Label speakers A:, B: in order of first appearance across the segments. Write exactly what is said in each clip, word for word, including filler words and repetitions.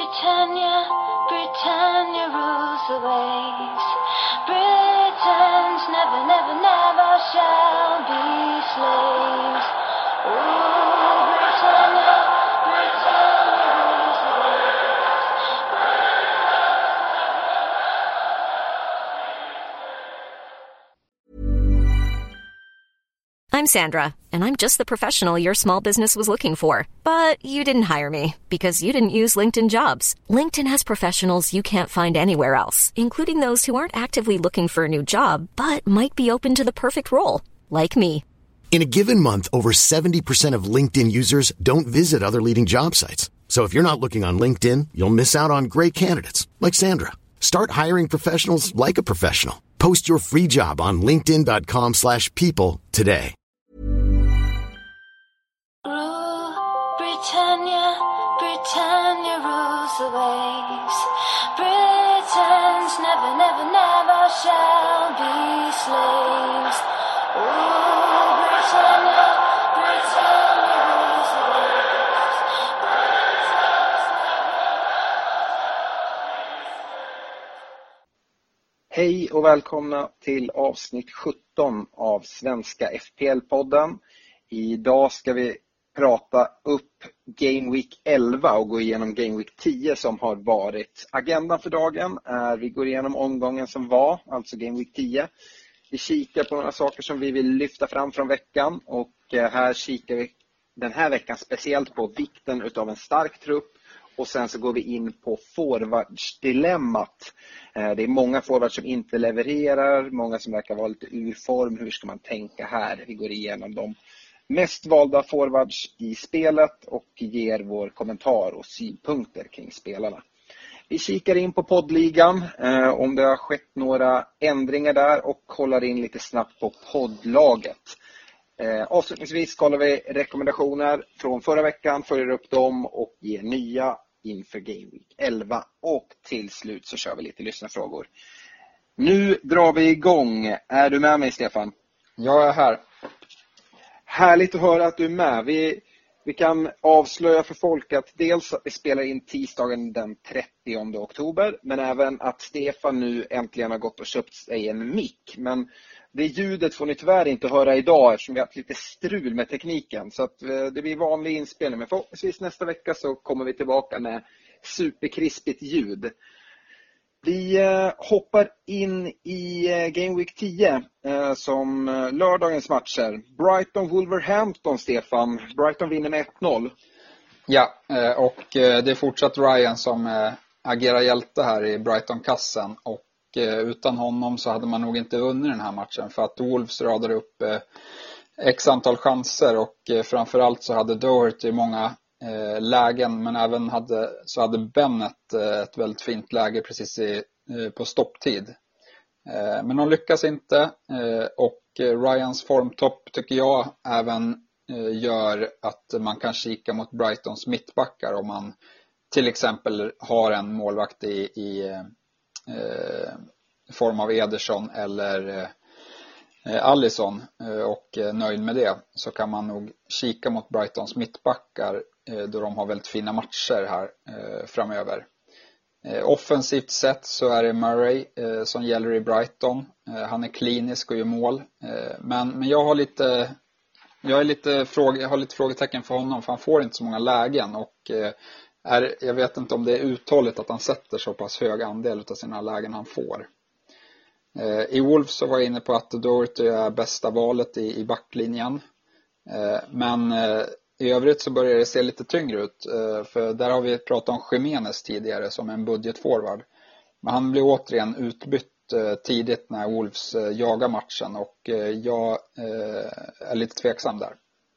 A: Britannia, Britannia rules the waves. Britons never, never, never shall be slaves. Oh, Britannia, Britannia rules the waves.
B: I'm Sandra, and I'm just the professional your small business was looking for. But you didn't hire me because you didn't use LinkedIn Jobs. LinkedIn has professionals you can't find anywhere else, including those who aren't actively looking for a new job, but might be open to the perfect role, like me.
C: In a given month, over seventy percent of LinkedIn users don't visit other leading job sites. So if you're not looking on LinkedIn, you'll miss out on great candidates, like Sandra. Start hiring professionals like a professional. Post your free job on linkedin dot com slash people today.
A: Britannia, Britannia rules the waves. Britons never, never, never shall be slaves. Oh, Britannia, Britannia rules the waves.
D: Hej och välkomna till avsnitt sjutton av Svenska F P L-podden. Idag ska vi prata upp Game Week elva och gå igenom Game Week tio som har varit. Agendan för dagen är vi går igenom omgången som var, alltså Game Week tio. Vi kikar på några saker som vi vill lyfta fram från veckan och här kikar vi den här veckan speciellt på vikten utav en stark trupp. Och sen så går vi in på forwardsdilemmat. Det är många forwards som inte levererar, många som verkar vara lite ur form. Hur ska man tänka här? Vi går igenom de mest valda forwards i spelet och ger vår kommentar och synpunkter kring spelarna. Vi kikar in på poddligan eh, om det har skett några ändringar där och kollar in lite snabbt på poddlaget. Eh, avslutningsvis kollar vi rekommendationer från förra veckan, följer upp dem och ger nya inför Game Week elva. Och till slut så kör vi lite lyssnarfrågor. Nu drar vi igång. Är du med mig, Stefan?
E: Jag är här.
D: Härligt att höra att du är med. Vi, vi kan avslöja för folk att dels att vi spelar in tisdagen den trettionde oktober. Men även att Stefan nu äntligen har gått och köpt sig en mick. Men det ljudet får ni tyvärr inte höra idag eftersom vi har haft lite strul med tekniken. Så att det blir vanlig inspelning. Men förhoppningsvis nästa vecka så kommer vi tillbaka med superkrispigt ljud. Vi hoppar in i Game Week tio som lördagens matcher. Brighton-Wolverhampton, Stefan. Brighton vinner med ett noll.
E: Ja, och det är fortsatt Ryan som agerar hjälte här i Brighton-kassen. Och utan honom så hade man nog inte vunnit den här matchen. För att Wolves radade upp x antal chanser och framförallt så hade Doherty många lägen, men även hade, så hade Bennett ett väldigt fint läge precis i, på stopptid. Men de lyckas inte och Ryans formtopp tycker jag även gör att man kan kika mot Brightons mittbackar om man till exempel har en målvakt i, i eh, form av Ederson eller eh, Alisson och eh, nöjd med det, så kan man nog kika mot Brightons mittbackar då de har väldigt fina matcher här eh, framöver. Eh, offensivt sett så är det Murray eh, som gäller i Brighton. Eh, han är klinisk och gör mål. Eh, men, men jag har lite jag är lite fråga, jag har lite frågetecken för honom, för han får inte så många lägen och eh, är, jag vet inte om det är uthålligt att han sätter så pass hög andel av sina lägen han får. Eh, I Wolves så var jag inne på att Doherty är bästa valet i, i backlinjen. Eh, men eh, i övrigt så börjar det se lite tyngre ut, för där har vi pratat om Jimenez tidigare som en budgetforward. Men han blir återigen utbytt tidigt när Wolves jagar matchen och jag är lite tveksam där.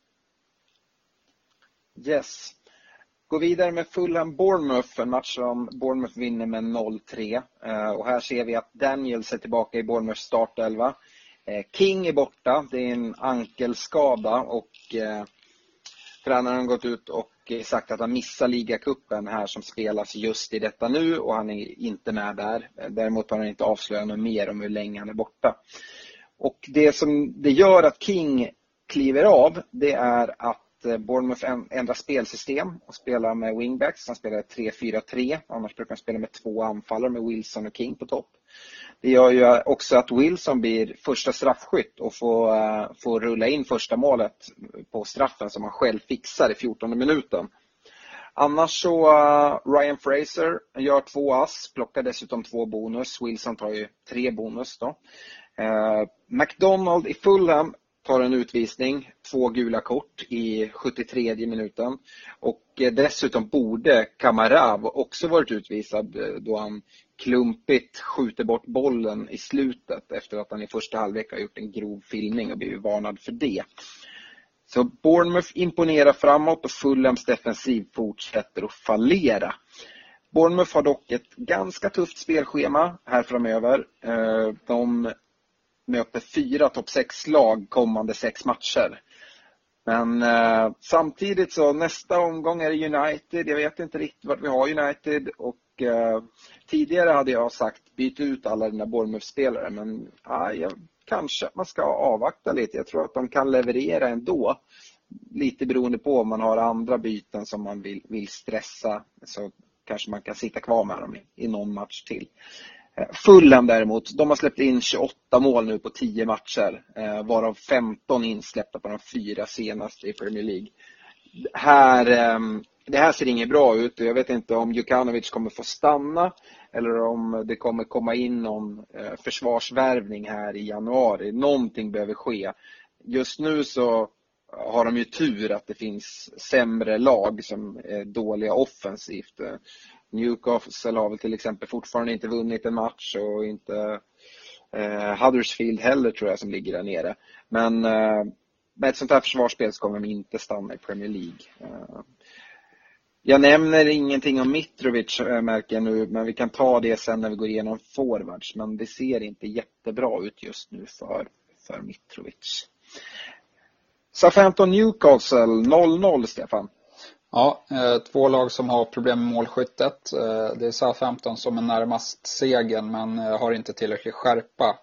D: Yes. Gå vidare med Fulham-Bournemouth, en match som Bournemouth vinner med noll tre. Och här ser vi att Daniels är tillbaka i Bournemouth startelva. King är borta, det är en ankelskada och tränaren har gått ut och sagt att han missar ligacupen här som spelas just i detta nu och han är inte med där. Däremot har han inte avslöjat något mer om hur länge han är borta. Och det som det gör att King kliver av, det är att Bournemouth ändrar spelsystem och spelar med wingbacks. Han spelar tre fyra tre, annars brukar han spela med två anfallare med Wilson och King på topp. Det gör ju också att Wilson blir första straffskytt och får, uh, får rulla in första målet på straffen som han själv fixar i fjortonde minuten. Annars så uh, Ryan Fraser gör två ass, plockar dessutom två bonus. Wilson tar ju tre bonus då. Uh, McDonald i Fulham tar en utvisning, två gula kort i sjuttiotredje minuten. Och uh, dessutom borde Kamarav också varit utvisad uh, då han klumpigt skjuter bort bollen i slutet efter att han i första halvlek har gjort en grov filmning och blivit varnad för det. Så Bournemouth imponerar framåt och Fulhams defensiv fortsätter att fallera. Bournemouth har dock ett ganska tufft spelschema här framöver. De möter fyra topp sex lag kommande sex matcher. Men eh, samtidigt så nästa omgång är det United. Jag vet inte riktigt vart vi har United. Och eh, tidigare hade jag sagt byt ut alla dina Bournemouth-spelare. Men ja, jag, kanske man ska avvakta lite. Jag tror att de kan leverera ändå. Lite beroende på om man har andra byten som man vill, vill stressa. Så kanske man kan sitta kvar med dem i, i någon match till. Fulham däremot, de har släppt in tjugoåtta mål nu på tio matcher, varav femton insläppta på de fyra senaste i Premier League. Här, det här ser inget bra ut och jag vet inte om Djukanovic kommer få stanna eller om det kommer komma in någon försvarsvärvning här i januari. Någonting behöver ske. Just nu så har de ju tur att det finns sämre lag som är dåliga offensivt. Newcastle har väl till exempel fortfarande inte vunnit en match och inte eh, Huddersfield heller tror jag som ligger där nere. Men eh, med ett sånt här försvarsspel så kommer de inte stanna i Premier League. Eh, jag nämner ingenting om Mitrovic äh, märker jag nu, men vi kan ta det sen när vi går igenom forwards. Men det ser inte jättebra ut just nu för, för Mitrovic. Southampton Newcastle noll noll, Stefan.
E: Ja, två lag som har problem med målskyttet. Det är Southampton som är närmast segern men har inte tillräckligt skärpa.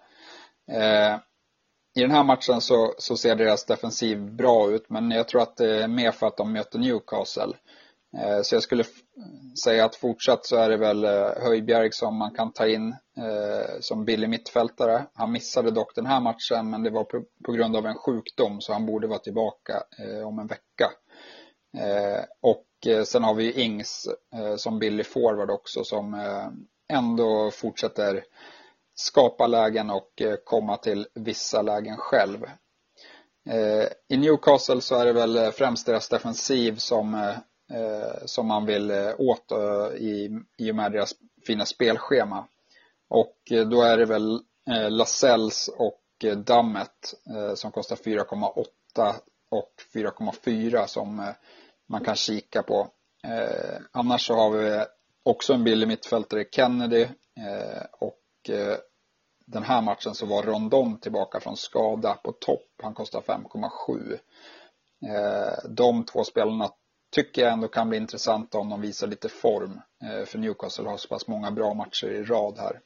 E: I den här matchen så, så ser deras defensiv bra ut, men jag tror att det är mer för att de möter Newcastle. Så jag skulle säga att fortsatt så är det väl Højbjerg som man kan ta in som billig mittfältare. Han missade dock den här matchen, men det var på, på grund av en sjukdom så han borde vara tillbaka om en vecka. Eh, och eh, sen har vi Ings eh, som billig forward också som eh, ändå fortsätter skapa lägen och eh, komma till vissa lägen själv. Eh, I Newcastle så är det väl främst deras defensiv som, eh, som man vill eh, åt eh, i, i och med deras fina spelschema. Och eh, då är det väl eh, Lascelles och eh, Dammet eh, som kostar fyra komma åtta och fyra komma fyra som eh, man kan kika på. Eh, annars så har vi också en billig mittfältare, Kennedy. Eh, och eh, den här matchen så var Rondon tillbaka från skada på topp. Han kostar fem komma sju. Eh, de två spelarna tycker jag ändå kan bli intressanta om de visar lite form. Eh, för Newcastle har så pass många bra matcher i rad här.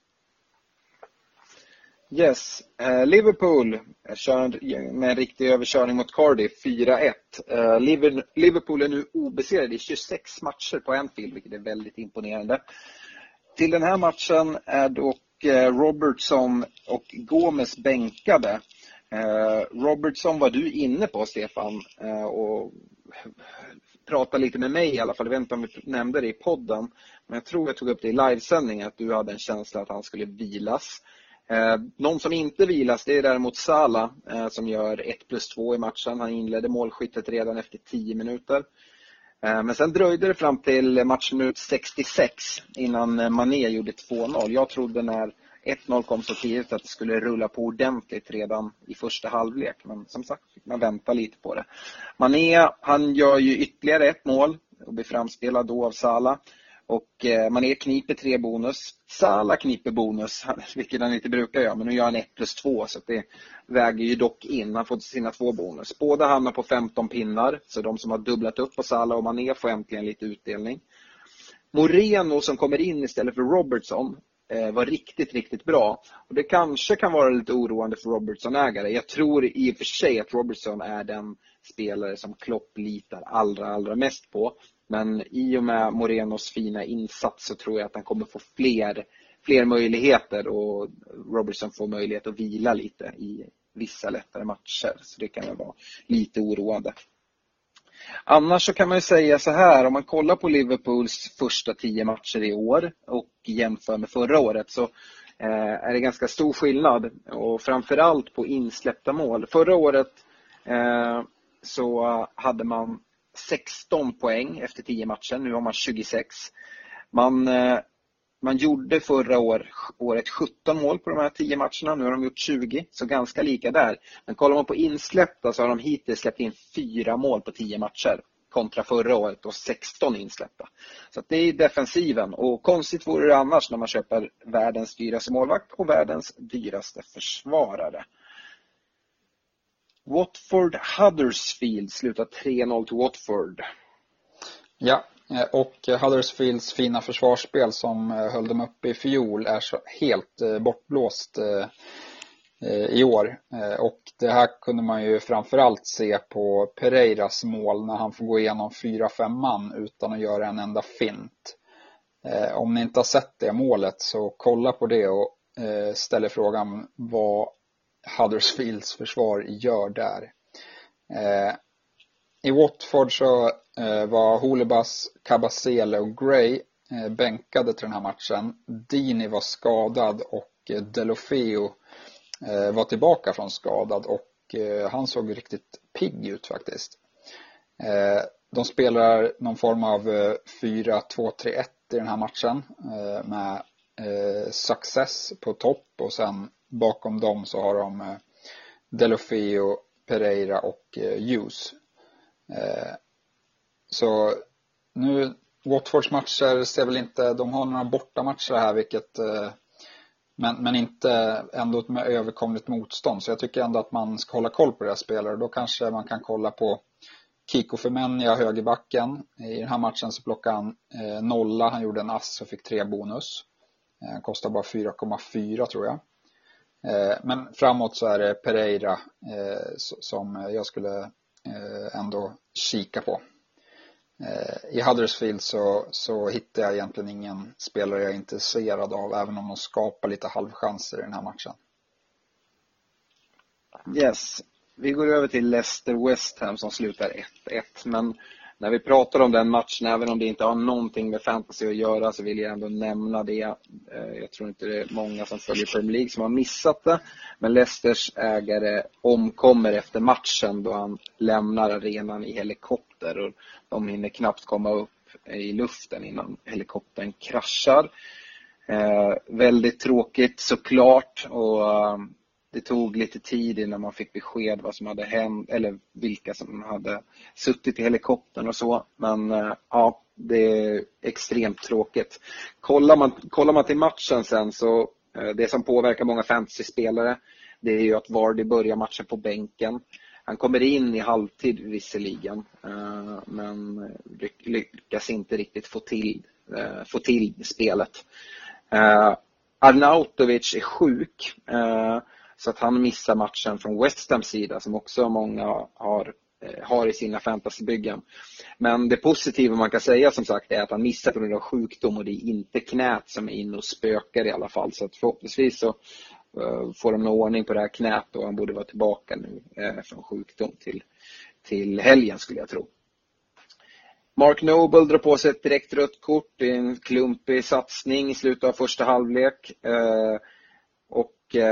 D: Yes, eh, Liverpool kör med en riktig överkörning mot Cardiff fyra ett. Eh, Liverpool är nu obesegrade i tjugosex matcher på Anfield, vilket är väldigt imponerande. Till den här matchen är dock eh, Robertson och Gomez bänkade. Eh, Robertson var du inne på, Stefan, eh, och pratade lite med mig i alla fall. Jag vet inte om vi nämnde det i podden, men jag tror jag tog upp det i livesändning att du hade en känsla att han skulle vilas. Eh, någon som inte vilas, det är däremot Salah eh, som gör ett plus två i matchen. Han inledde målskyttet redan efter tio minuter. Eh, men sen dröjde det fram till matchminut sextiosex innan Mané gjorde två noll. Jag trodde när ett noll kom så tidigt att det skulle rulla på ordentligt redan i första halvlek. Men som sagt, fick man vänta lite på det. Mané, han gör ju ytterligare ett mål och blir framspelad då av Salah. Och eh, Mané kniper tre bonus. Salah kniper bonus, vilket han inte brukar göra. Men nu gör han ett plus två, så att det väger ju dock in. Han får sina två bonus. Båda hamnar på femton pinnar. Så de som har dubblat upp på Salah och Mané får äntligen lite utdelning. Moreno som kommer in istället för Robertson. eh, var riktigt, riktigt bra. Och det kanske kan vara lite oroande för Robertson-ägare. Jag tror i och för sig att Robertson är den spelare som Klopp litar allra, allra mest på. Men i och med Morenos fina insats så tror jag att han kommer få fler, fler möjligheter. Och Robertson får möjlighet att vila lite i vissa lättare matcher. Så det kan väl vara lite oroande. Annars så kan man ju säga så här, om man kollar på Liverpools första tio matcher i år och jämför med förra året så eh, är det ganska stor skillnad. Och framförallt på insläppta mål. Förra året eh, så hade man sexton poäng efter tio matcher, nu har man tjugosex. Man... Eh, Man gjorde förra år, året sjutton mål på de här tio matcherna. Nu har de gjort tjugo, så ganska lika där. Men kollar man på insläppta så har de hittills släppt in fyra mål på tio matcher. Kontra förra året och sexton insläppta. Så att det är defensiven. Och konstigt vore det annars när man köper världens dyraste målvakt och världens dyraste försvarare. Watford Huddersfield slutar tre noll till Watford.
E: Ja. Och Huddersfields fina försvarsspel som höll dem uppe i fjol är så helt bortblåst i år. Och det här kunde man ju framförallt se på Pereiras mål när han får gå igenom fyra fem man utan att göra en enda fint. Om ni inte har sett det målet så kolla på det och ställ frågan vad Huddersfields försvar gör där. I Watford så var Holebas, Kabasele och Gray bänkade till den här matchen. Dini var skadad och Delofeo var tillbaka från skadad och han såg riktigt pigg ut faktiskt. De spelar någon form av fyra två tre ett i den här matchen med Success på topp och sen bakom dem så har de Delofeo, Pereira och Hughes. Så nu Watfords matcher ser väl inte, de har några borta matcher här vilket men, men inte ändå med överkomligt motstånd, så jag tycker ändå att man ska hålla koll på deras spelare. Då kanske man kan kolla på Kiko Femenia, högerbacken. I den här matchen så plockade han eh, nolla, han gjorde en ass och fick tre bonus. Eh, kostar bara fyra komma fyra tror jag. Eh, men framåt så är det Pereira eh, som jag skulle eh, ändå kika på. I Huddersfield så, så hittar jag egentligen ingen spelare jag är intresserad av, även om de skapar lite halvchanser i den här matchen.
D: Yes, vi går över till Leicester West Ham som slutar ett ett. Men när vi pratar om den matchen, även om det inte har någonting med fantasy att göra, så vill jag ändå nämna det. Jag tror inte det är många som följer Premier League som har missat det. Men Leicesters ägare omkommer efter matchen då han lämnar arenan i helikopter. Och de hinner knappt komma upp i luften innan helikoptern kraschar. Eh, väldigt tråkigt såklart. Och eh, det tog lite tid innan man fick besked vad som hade hänt, eller vilka som hade suttit i helikoptern och så. Men eh, ja, det är extremt tråkigt. Kollar man, kollar man till matchen sen så eh, det som påverkar många fantasy-spelare, det är ju att Vardy börjar matchen på bänken. Han kommer in i halvtid visserligen, eh, men lyckas inte riktigt få till, eh, få till spelet. Eh, Arnautovic är sjuk, eh, så att han missar matchen från West Hams sida, som också många har, har i sina fantasybyggen. Men det positiva man kan säga som sagt är att han missar på grund av sjukdom, och det är inte knät som är inne och spökar i alla fall. Så att förhoppningsvis så uh, får de någon ordning på det här knät, och han borde vara tillbaka nu uh, från sjukdom till, till helgen skulle jag tro. Mark Noble drar på sig ett direkt rött kort. Det är en klumpig satsning i slutet av första halvlek. Uh, och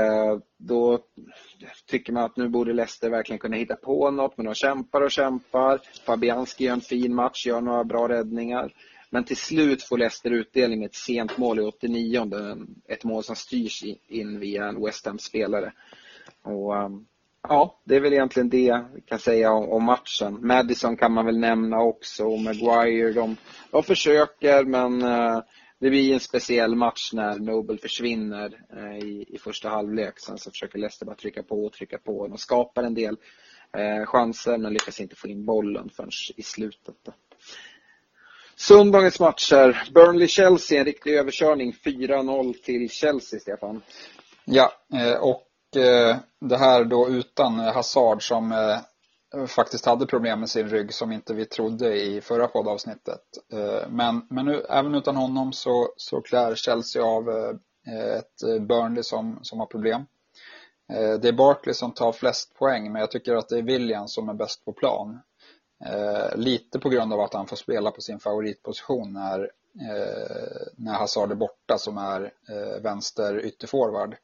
D: då tycker man att nu borde Leicester verkligen kunna hitta på något, men de kämpar och kämpar. Fabianski gör en fin match, gör några bra räddningar. Men till slut får Leicester utdelning med ett sent mål i åttionionde. Ett mål som styrs in via en West Ham-spelare. Och ja, det är väl egentligen det vi kan säga om matchen. Madison kan man väl nämna också, och Maguire, de, de försöker, men det blir en speciell match när Noble försvinner eh, i, i första halvlek. Sen så försöker Leicester bara trycka på och trycka på. De skapar en del eh, chanser, men lyckas inte få in bollen förrän i slutet. Då. Söndagens matcher. Burnley-Chelsea, en riktig överkörning. fyra noll till Chelsea, Stefan.
E: Ja, och det här då utan Hazard som faktiskt hade problem med sin rygg som inte vi trodde i förra poddavsnittet. Men, men nu, även utan honom så, så klär Chelsea av ett Burnley som, som har problem. Det är Barkley som tar flest poäng, men jag tycker att det är William som är bäst på plan. Lite på grund av att han får spela på sin favoritposition när, när Hazard är borta, som är vänster ytterforward.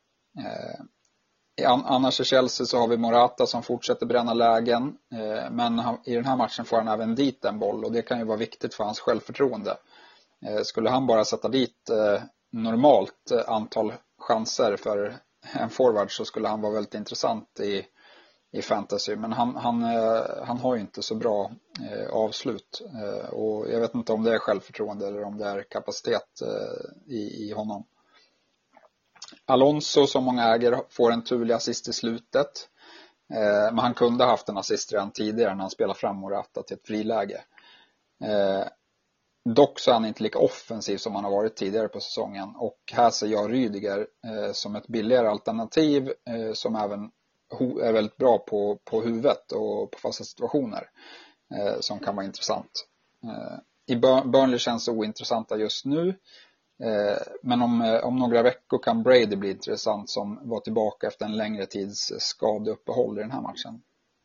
E: Annars i Chelsea så har vi Morata som fortsätter bränna lägen, men i den här matchen får han även dit en boll, och det kan ju vara viktigt för hans självförtroende. Skulle han bara sätta dit normalt antal chanser för en forward så skulle han vara väldigt intressant i, i fantasy, men han, han, han har ju inte så bra avslut, och jag vet inte om det är självförtroende eller om det är kapacitet i, i honom. Alonso, som många äger, får en turlig assist i slutet. Eh, men han kunde ha haft en assist redan tidigare när han spelade fram Morata till ett friläge. Eh, dock så är han inte lika offensiv som han har varit tidigare på säsongen. Och här ser jag Rüdiger eh, som ett billigare alternativ eh, som även ho- är väldigt bra på, på huvudet och på fasta situationer. Eh, som kan vara intressant. Eh, I Bur- Burnley känns det ointressanta just nu. Men om, om några veckor kan Brady bli intressant, som var tillbaka efter en längre tids skadeuppehåll i den här matchen.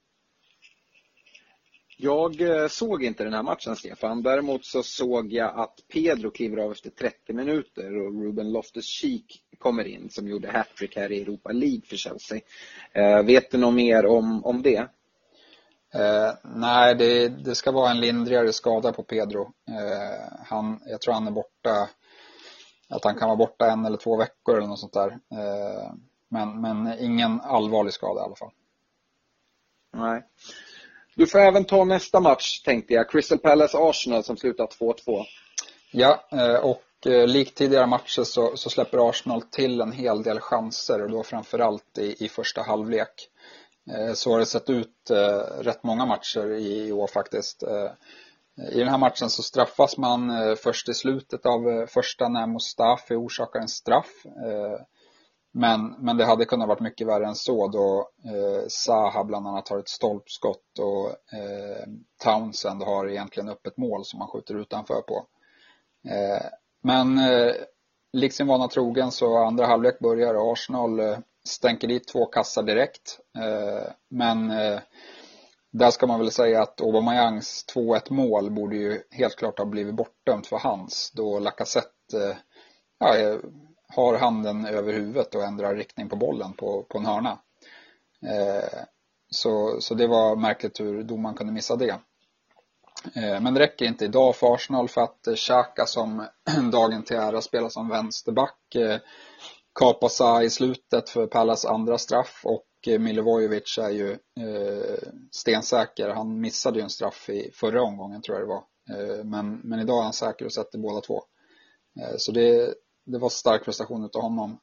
D: Jag såg inte den här matchen, Stefan. Däremot så såg jag att Pedro kliver av efter trettio minuter och Ruben Loftus-Cheek kommer in som gjorde hattrick här i Europa League för Chelsea. Vet du något mer om, om det?
E: Eh, nej, det, det ska vara en lindrigare skada på Pedro. Eh, han, jag tror han är borta... Att han kan vara borta en eller två veckor eller något sånt där. Men, men ingen allvarlig skada i alla fall.
D: Nej. Du får även ta nästa match, tänkte jag. Crystal Palace-Arsenal som slutar två två.
E: Ja, och likt tidigare matcher så, så släpper Arsenal till en hel del chanser. Och då framförallt i, i första halvlek. Så har det sett ut rätt många matcher i, i år faktiskt. I den här matchen så straffas man först i slutet av första när Mustafi orsakar en straff. Men, men det hade kunnat varit mycket värre än så då Zaha bland annat har ett stolpskott och Townsend har egentligen öppet mål som man skjuter utanför på. Men liksom vana trogen så andra halvlek börjar och Arsenal stänker dit två kassar direkt. Men... Där ska man väl säga att Aubameyangs två ett mål borde ju helt klart ha blivit bortdömt för hans. Då Lacazette ja, har handen över huvudet och ändrar riktning på bollen på, på en hörna. Eh, så, så det var märkligt hur domaren kunde missa det. Eh, men det räcker inte idag för Arsenal, för att Xhaka som dagen till ära spelar som vänsterback eh, kapar i slutet för Pallas andra straff, och Milivojevic är ju eh, stensäker. Han missade ju en straff i förra omgången tror jag det var. Eh, men, men idag är han säker och sätter båda två. Eh, så det, det var stark prestation utav honom.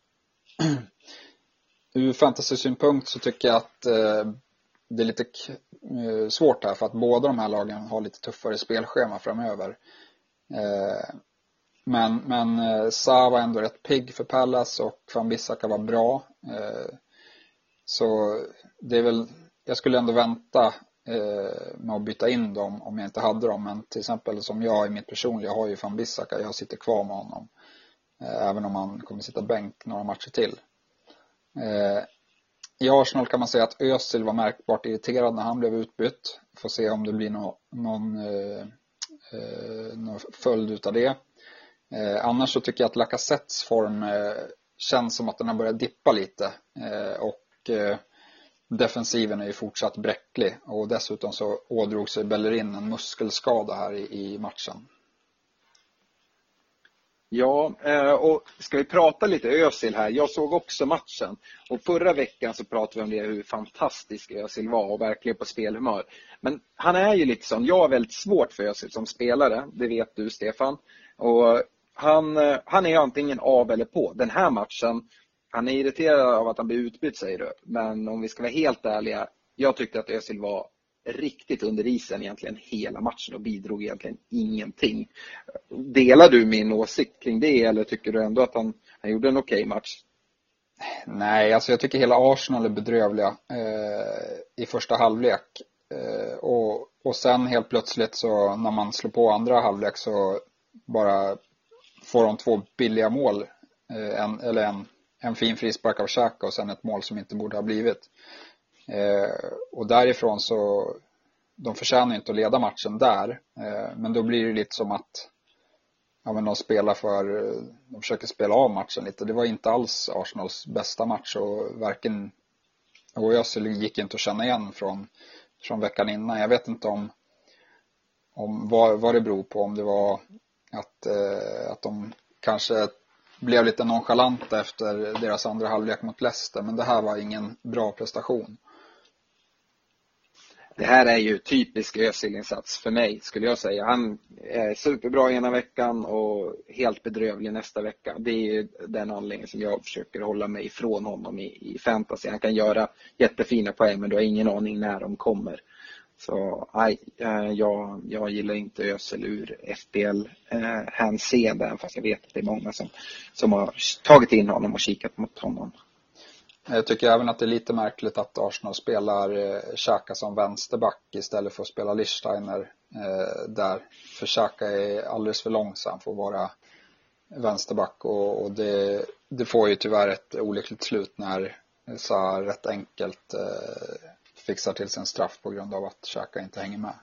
E: Ur fantasy-synpunkt så tycker jag att eh, det är lite k- eh, svårt här, för att båda de här lagen har lite tuffare spelschema framöver. Eh, men men eh, Sa var ändå rätt pigg för Pallas och Van Bissaka var bra. Eh, Så det är väl, jag skulle ändå vänta eh, med att byta in dem om jag inte hade dem. Men till exempel som jag i mitt personliga har ju Van Bissaka, jag sitter kvar med honom. Eh, även om han kommer sitta bänk några matcher till. Eh, I Arsenal kan man säga att Özil var märkbart irriterad när han blev utbytt. Får se om det blir no, någon, eh, eh, någon följd utav det. Eh, annars så tycker jag att Lacazettes form eh, känns som att den har börjat dippa lite. Eh, och defensiven är ju fortsatt bräcklig, och dessutom så ådrog sig Bellerin en muskelskada här i, i matchen.
D: Ja, och ska vi prata lite Özil här? Jag såg också matchen, och förra veckan så pratade vi om det, hur fantastisk Özil var och verkligen på spelhumör. Men han är ju lite sån, jag har väldigt svårt för Özil som spelare, det vet du Stefan. Och han, han är antingen av eller på. Den här matchen, han är irriterad av att han blir utbytt, säger du. Men om vi ska vara helt ärliga, jag tyckte att Özil var riktigt under isen egentligen hela matchen och bidrog egentligen ingenting. Delar du min åsikt kring det, eller tycker du ändå att han, han gjorde en okej match?
E: Nej, alltså jag tycker hela Arsenal är bedrövliga eh, i första halvlek. Eh, och, och sen helt plötsligt så när man slår på andra halvlek så bara får de två billiga mål. Eh, en, eller en, en fin frispark av Xhaka och sen ett mål som inte borde ha blivit. Eh, och därifrån så de förtjänar inte att leda matchen där. Eh, men då blir det lite som att ja, men de spelar för, de försöker spela av matchen lite. Det var inte alls Arsenals bästa match och varken och Özil gick inte att känna igen från, från veckan innan. Jag vet inte om, om vad, vad det beror på, om det var att, eh, att de kanske blev lite nonchalanta efter deras andra halvlek mot Leicester, men det här var ingen bra prestation.
D: Det här är ju typisk Özil-insats för mig, skulle jag säga. Han är superbra ena veckan och helt bedrövlig nästa vecka. Det är ju den anledningen som jag försöker hålla mig ifrån honom i, i fantasy. Han kan göra jättefina poäng, men du har ingen aning när de kommer. Så nej, jag, jag gillar inte Özil ur F P L-hänseende, fast jag vet att det är många som, som har tagit in honom och kikat mot honom.
E: Jag tycker även att det är lite märkligt att Arsenal spelar eh, Xhaka som vänsterback istället för att spela Lichtsteiner eh, där. För Xhaka är alldeles för långsam för att vara vänsterback och, och det, det får ju tyvärr ett olyckligt slut när Zaha rätt enkelt eh, fixar till sin straff på grund av att Xhaka inte hänger med.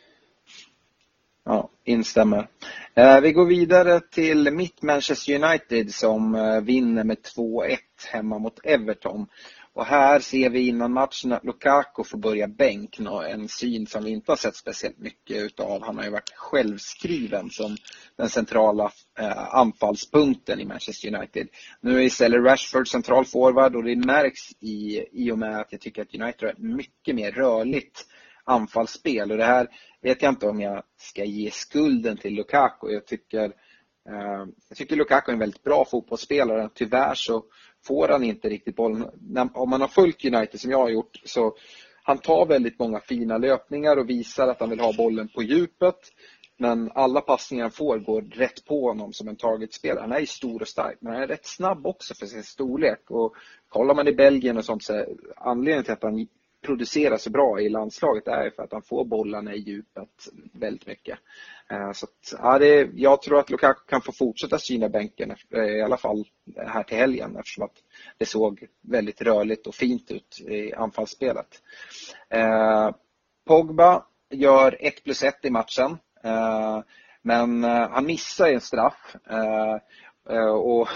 D: Ja, instämmer. Eh, vi går vidare till mitt Manchester United som eh, vinner med två ett hemma mot Everton. Och här ser vi innan matchen att Lukaku får börja bänk. En syn som vi inte har sett speciellt mycket utav. Han har ju varit självskriven som den centrala eh, anfallspunkten i Manchester United. Nu är istället Rashford central forward och det märks i, i och med att jag tycker att United är mycket mer rörligt anfallsspel. Och det här vet jag inte om jag ska ge skulden till Lukaku. Jag tycker, eh, jag tycker Lukaku är en väldigt bra fotbollsspelare. Tyvärr så får han inte riktigt bollen. Om man har följt United som jag har gjort så han tar väldigt många fina löpningar och visar att han vill ha bollen på djupet. Men alla passningar han får går rätt på honom som en targetspelare. Han är stor och stark, men han är rätt snabb också för sin storlek. Och kollar man i Belgien och sånt så är anledningen till att han producerar så bra i landslaget är för att han får bollarna i djupet väldigt mycket. Så att, ja, det, jag tror att Lukaku kan få fortsätta syna bänken i alla fall här till helgen eftersom att det såg väldigt rörligt och fint ut i anfallsspelet. Eh, Pogba gör ett plus ett i matchen, eh, men han missar en straff eh, och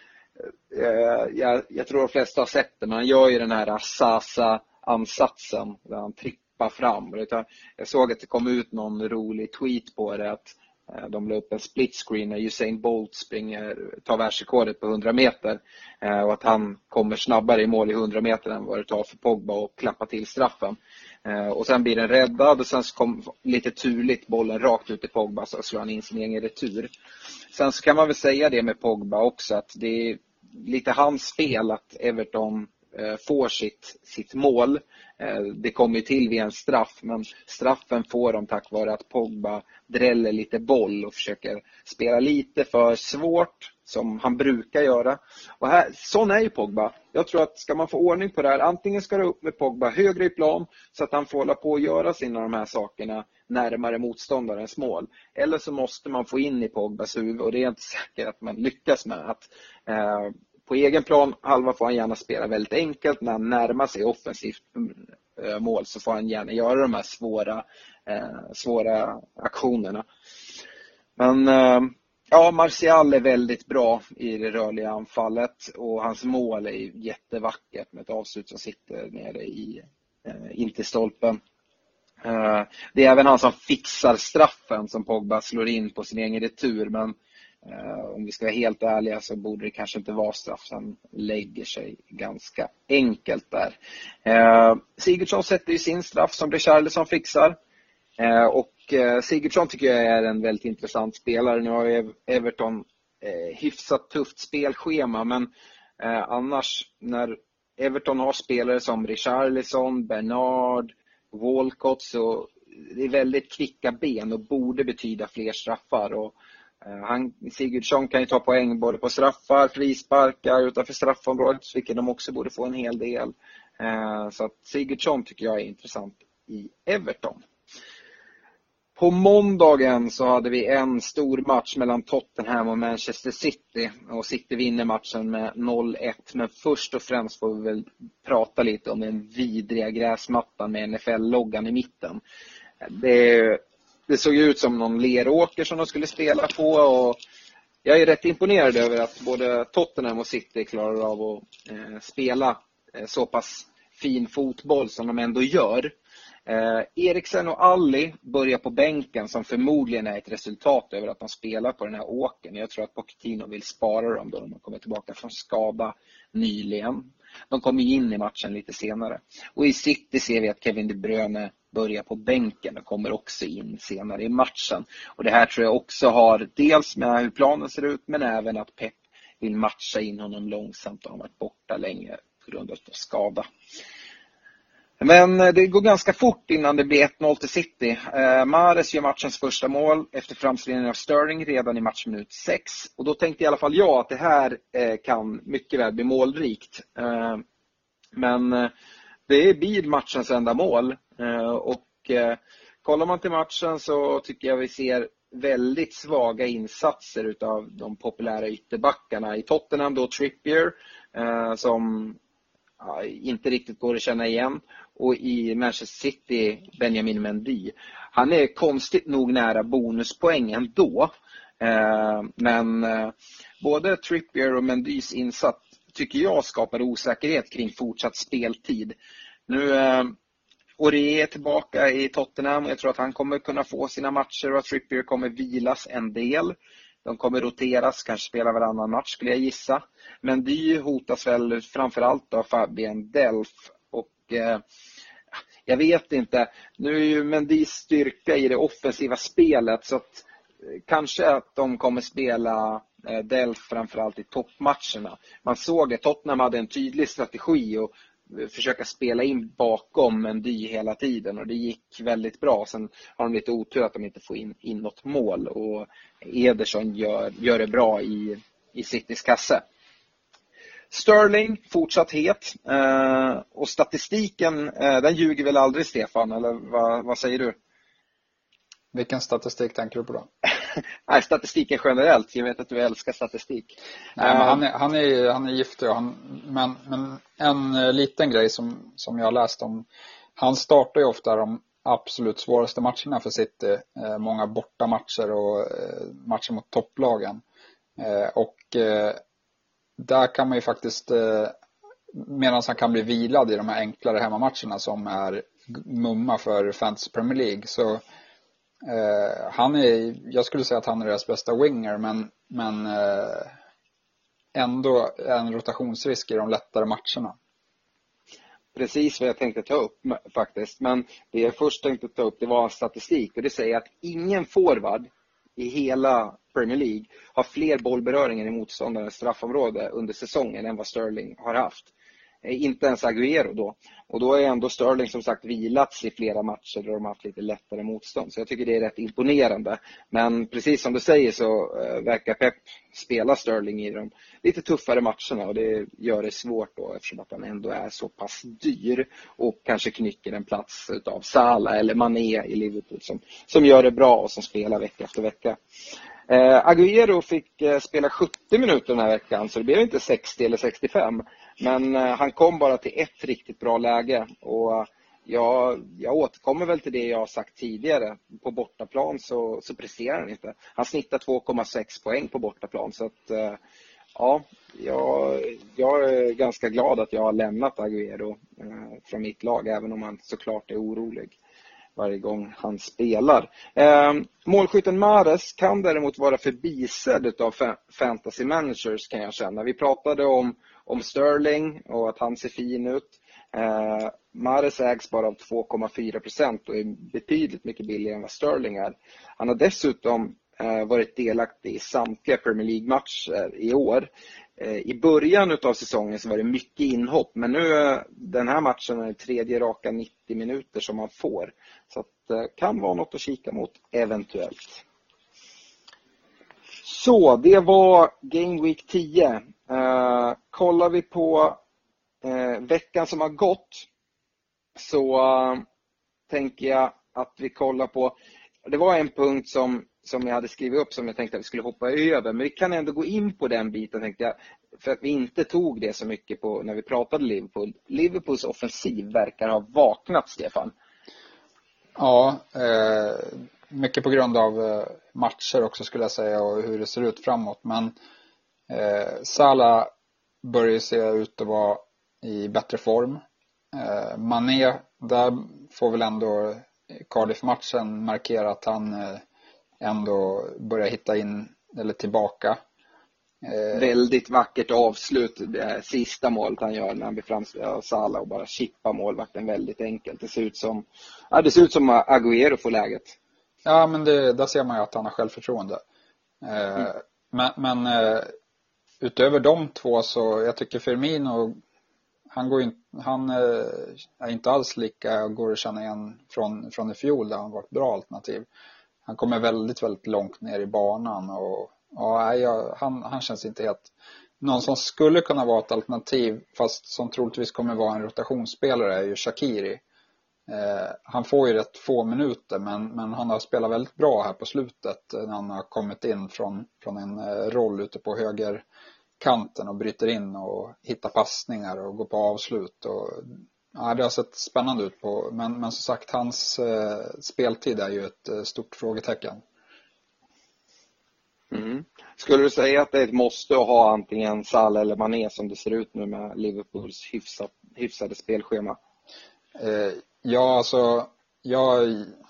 D: eh, jag, jag tror de flesta har sett det, men han gör ju den här Sasa ansatsen där han trippar fram. Jag såg att det kom ut någon rolig tweet på det att de la upp en split screen när Usain Bolt springer, tar världsrekordet på hundra meter och att han kommer snabbare i mål i hundra meter än vad det tar för Pogba och klappa till straffen. Och sen blir den räddad och sen kom lite turligt bollen rakt ut i Pogba så slår han in sin egen retur. Sen så kan man väl säga det med Pogba också att det är lite hans fel att Everton får sitt, sitt mål. Det kommer ju till vid en straff, men straffen får de tack vare att Pogba dräller lite boll och försöker spela lite för svårt som han brukar göra. Och här, sån är ju Pogba. Jag tror att ska man få ordning på det här, antingen ska det upp med Pogba högre i plan så att han får hålla på och göra sina de här sakerna närmare motståndarens mål. Eller så måste man få in i Pogbas huvud, och det är inte säkert att man lyckas med att eh, på egen plan halva får han gärna spela väldigt enkelt. När han närmar sig offensivt mål så får han gärna göra de här svåra, eh, svåra aktionerna. Men eh, ja, Martial är väldigt bra i det rörliga anfallet och hans mål är jättevackert med ett avslut som sitter nere i eh, inte stolpen. Eh, det är även han som fixar straffen som Pogba slår in på sin egen retur, men Uh, om vi ska vara helt ärliga så borde det kanske inte vara straff. Han lägger sig ganska enkelt där. Uh, Sigurdsson sätter ju sin straff som Richarlison fixar. Uh, och uh, Sigurdsson tycker jag är en väldigt intressant spelare. Nu har ju Everton uh, hyfsat tufft spelschema, men uh, annars när Everton har spelare som Richarlison, Bernard, Walcott, så det är väldigt kvicka ben och borde betyda fler straffar. Och han, Sigurdsson kan ju ta poäng både på straffar, frisparkar utanför straffområdet, vilket de också borde få en hel del. Så att Sigurdsson tycker jag är intressant i Everton. På måndagen så hade vi en stor match mellan Tottenham och Manchester City. Och City vinner matchen med noll ett. Men först och främst får vi väl prata lite om den vidriga gräsmattan med N F L-loggan i mitten. Det, det såg ut som någon leråker som de skulle spela på. Och jag är rätt imponerad över att både Tottenham och City klarar av att eh, spela eh, så pass fin fotboll som de ändå gör. Eh, Eriksen och Alli börjar på bänken, som förmodligen är ett resultat över att de spelar på den här åken. Jag tror att Pochettino vill spara dem då de kommer tillbaka från skada nyligen. De kommer in i matchen lite senare. Och i City ser vi att Kevin De Bruyne börjar på bänken och kommer också in senare i matchen. Och det här tror jag också har dels med hur planen ser ut, men även att Pep vill matcha in honom långsamt och har varit borta länge på grund av skada. Men det går ganska fort innan det blir ett noll till City. Eh, Mahrez gör matchens första mål efter framspelningen av Sterling redan i matchminut sex. Och då tänkte i alla fall jag att det här eh, kan mycket väl bli målrikt. Eh, men eh, det blir matchens enda mål. Eh, och eh, kollar man till matchen så tycker jag vi ser väldigt svaga insatser utav de populära ytterbackarna. I Tottenham då Trippier eh, som ja, inte riktigt går att känna igen. Och i Manchester City Benjamin Mendy. Han är konstigt nog nära bonuspoäng ändå. Eh, men eh, både Trippier och Mendys insats tycker jag skapar osäkerhet kring fortsatt speltid. Nu eh, Aurier är tillbaka i Tottenham. Jag tror att han kommer kunna få sina matcher och att Trippier kommer vilas en del. De kommer roteras, kanske spela varannan match skulle jag gissa. Men Mendy hotas väl framförallt av Fabien Delph. Och eh, jag vet inte, nu är ju Mendys styrka i det offensiva spelet, så att eh, kanske att de kommer spela eh, Delph framförallt i toppmatcherna. Man såg det, Tottenham hade en tydlig strategi och eh, försöka spela in bakom Mendy hela tiden, och det gick väldigt bra. Sen har de lite otur att de inte får in, in något mål, och Ederson gör, gör det bra i, i Citys kasse. Sterling fortsatt het, eh, och statistiken eh, den ljuger väl aldrig, Stefan, eller vad, vad säger du?
E: Vilken statistik tänker du på då?
D: Nej, statistiken generellt, jag vet att du älskar statistik.
E: Nej, men han är, han är, han är giftig, han, men, men en liten grej som, som jag har läst om, han startar ju ofta de absolut svåraste matcherna för City, eh, många bortamatcher och eh, matcher mot topplagen, eh, och eh, där kan man ju faktiskt, eh, medan han kan bli vilad i de här enklare hemmamatcherna som är mumma för Fantasy Premier League, så eh, han är, jag skulle säga att han är deras bästa winger, men, men eh, ändå en rotationsrisk i de lättare matcherna.
D: Precis vad jag tänkte ta upp faktiskt, men det jag först tänkte ta upp, det var statistik, och det säger att ingen forward i hela Premier League har fler bollberöringar i motståndarens straffområde under säsongen än vad Sterling har haft. Inte ens Agüero då. Och då är ändå Sterling som sagt vilats i flera matcher där de har haft lite lättare motstånd. Så jag tycker det är rätt imponerande. Men precis som du säger så äh, verkar Pep spela Sterling i de lite tuffare matcherna. Och det gör det svårt då, eftersom att han ändå är så pass dyr. Och kanske knycker en plats av Salah eller Mané i Liverpool som, som gör det bra och som spelar vecka efter vecka. Eh, Agüero fick eh, spela sjuttio minuter den här veckan, så det blev inte sextio eller sextiofem. Men eh, han kom bara till ett riktigt bra läge, och eh, jag, jag återkommer väl till det jag har sagt tidigare. På bortaplan så, så presterar han inte. Han snittar två komma sex poäng på bortaplan, så att eh, ja, jag, jag är ganska glad att jag har lämnat Agüero eh, från mitt lag, även om han såklart är orolig varje gång han spelar. Eh, målskytten Mahrez kan däremot vara förbisedd av fa- fantasy managers, kan jag känna. Vi pratade om, om Sterling och att han ser fin ut. Eh, Mahrez ägs bara av två komma fyra procent och är betydligt mycket billigare än vad Sterling är. Han har dessutom eh, varit delaktig i samtliga Premier League-matcher i år. Eh, I början av säsongen så var det mycket inhopp, men nu eh, den här matchen är det tredje raka nittio minuter som man får. Så att, eh, kan vara något att kika mot eventuellt. Så, det var Game Week tio. Eh, kollar vi på eh, veckan som har gått så eh, tänker jag att vi kollar på, det var en punkt som, som jag hade skrivit upp som jag tänkte att vi skulle hoppa över, men vi kan ändå gå in på den biten tänkte jag, för att vi inte tog det så mycket på när vi pratade Liverpool. Liverpools offensiv verkar ha vaknat, Stefan.
E: Ja, eh, mycket på grund av eh, matcher också skulle jag säga och hur det ser ut framåt. Men eh, Salah börjar se ut att vara i bättre form. Eh, Mané, där får väl ändå Cardiff-matchen markera att han eh, ändå börjar hitta in eller tillbaka.
D: Eh, Väldigt vackert avslut, det sista målet han gör när han blir framställd av Salah och bara chippa målvakten väldigt enkelt. Det ser ut som, ja, det ser ut som Agüero får läget.
E: Ja, men det, där ser man ju att han har självförtroende. Eh, mm. Men, men eh, utöver de två så jag tycker Firmino, han, går in, han eh, är inte alls lika, går att känna igen från, från i fjol där han var ett bra alternativ. Han kommer väldigt, väldigt långt ner i banan och ja, jag, han, han känns inte helt... Någon som skulle kunna vara ett alternativ fast som troligtvis kommer vara en rotationsspelare är ju Shaqiri. Eh, han får ju rätt få minuter men, men han har spelat väldigt bra här på slutet när han har kommit in från, från en eh, roll ute på högerkanten och bryter in och hittar passningar och går på avslut. Och, ja, det har sett spännande ut på, men, men som sagt hans eh, speltid är ju ett eh, stort frågetecken.
D: Mm. Skulle du säga att det är ett måste att ha antingen Salah eller Mané som det ser ut nu med Liverpools hyfsat, hyfsade spelschema?
E: Eh, ja, alltså jag,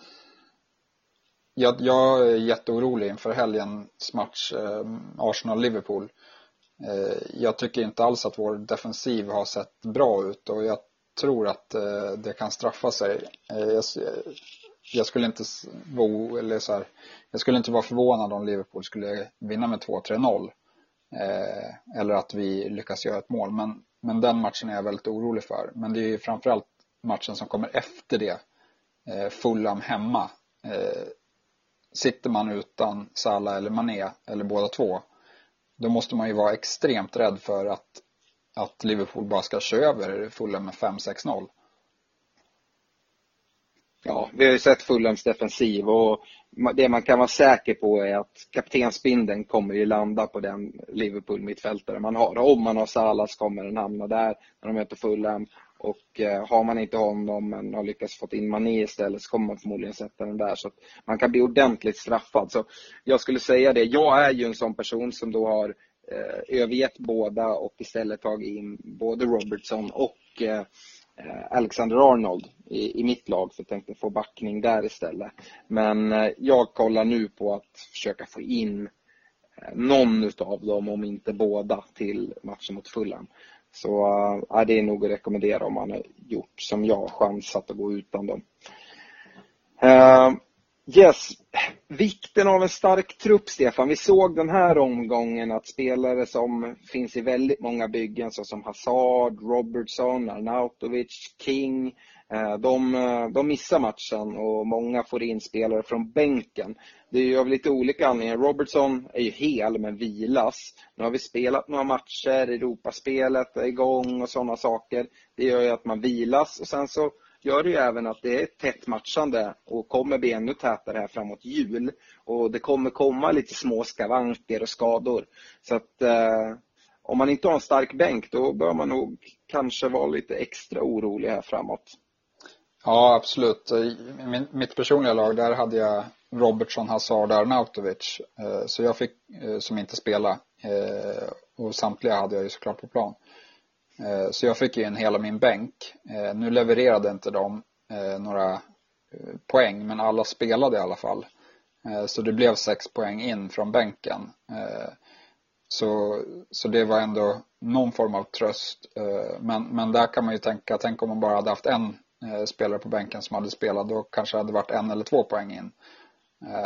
E: jag, jag är jätteorolig inför helgens match eh, Arsenal-Liverpool. Eh, jag tycker inte alls att vår defensiv har sett bra ut och jag tror att eh, det kan straffa sig. Eh, jag, jag skulle inte vara eller så här, jag skulle inte vara förvånad om Liverpool skulle vinna med två tre noll eh, eller att vi lyckas göra ett mål, men, men den matchen är jag väldigt orolig för. Men det är ju framförallt matchen som kommer efter det, eh, Fulham hemma. Eh, sitter man utan Salah eller Mané eller båda två, då måste man ju vara extremt rädd för att, att Liverpool bara ska köra över Fulham med fem sex noll.
D: Ja, vi har ju sett Fulhams defensiv och det man kan vara säker på är att kaptensbindeln kommer ju landa på den Liverpool-mittfältare man har. Om man har Salah så kommer den hamna där när de möter Fulham och eh, har man inte honom men har lyckats fått in Mané istället så kommer man förmodligen sätta den där så att man kan bli ordentligt straffad. Så jag skulle säga det, jag är ju en sån person som då har eh, övergett båda och istället tagit in både Robertson och eh, Alexander Arnold i, i mitt lag för jag tänkte få backning där istället. Men eh, jag kollar nu på att försöka få in eh, någon utav dem om inte båda till matchen mot Fulham. Så äh, det är nog att rekommendera om man har gjort som jag, chansat att gå utan dem. Uh, yes, vikten av en stark trupp, Stefan. Vi såg den här omgången att spelare som finns i väldigt många byggen såsom Hazard, Robertson, Arnautovic, King, uh, de, de missar matchen och många får in spelare från bänken. Det är ju av lite olika anledningar. Robertson är ju hel men vilas. Nu har vi spelat några matcher, Europaspelet är igång och sådana saker. Det gör ju att man vilas och sen så gör det ju även att det är tätt matchande och kommer bli ännu tätare här framåt jul. Och det kommer komma lite små skavanker och skador. Så att eh, om man inte har en stark bänk då bör man nog kanske vara lite extra orolig här framåt.
E: Ja, absolut. I min, mitt personliga lag där hade jag Robertson, Hazard och Arnautovic. Eh, så jag fick, eh, som inte spela. Eh, och samtliga hade jag ju såklart på plan. Eh, så jag fick ju in hela min bänk. Eh, nu levererade inte de eh, några eh, poäng, men alla spelade i alla fall. Eh, så det blev sex poäng in från bänken. Eh, så, så det var ändå någon form av tröst. Eh, men, men där kan man ju tänka, tänk om man bara hade haft en eh, spelare på bänken som hade spelat, då kanske hade varit en eller två poäng in. Eh,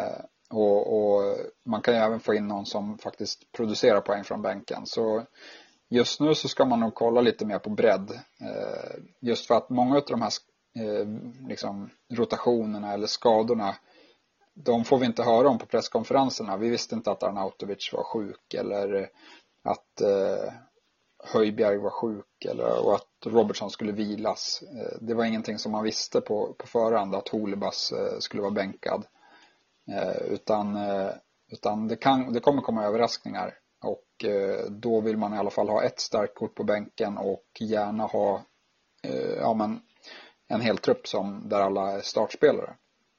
E: och, och man kan ju även få in någon som faktiskt producerar poäng från bänken. Så just nu så ska man nog kolla lite mer på bredd. Eh, just för att många av de här eh, liksom rotationerna eller skadorna, de får vi inte höra om på presskonferenserna. Vi visste inte att Arnautovic var sjuk eller att eh, Höjbjerg var sjuk eller, och att Robertson skulle vilas. Eh, det var ingenting som man visste på, på förhand, att Holebas eh, skulle vara bänkad. Eh, utan eh, utan det, kan, det kommer komma överraskningar. Och eh, då vill man i alla fall ha ett starkt kort på bänken och gärna ha eh, ja, men en hel trupp som, där alla är startspelare.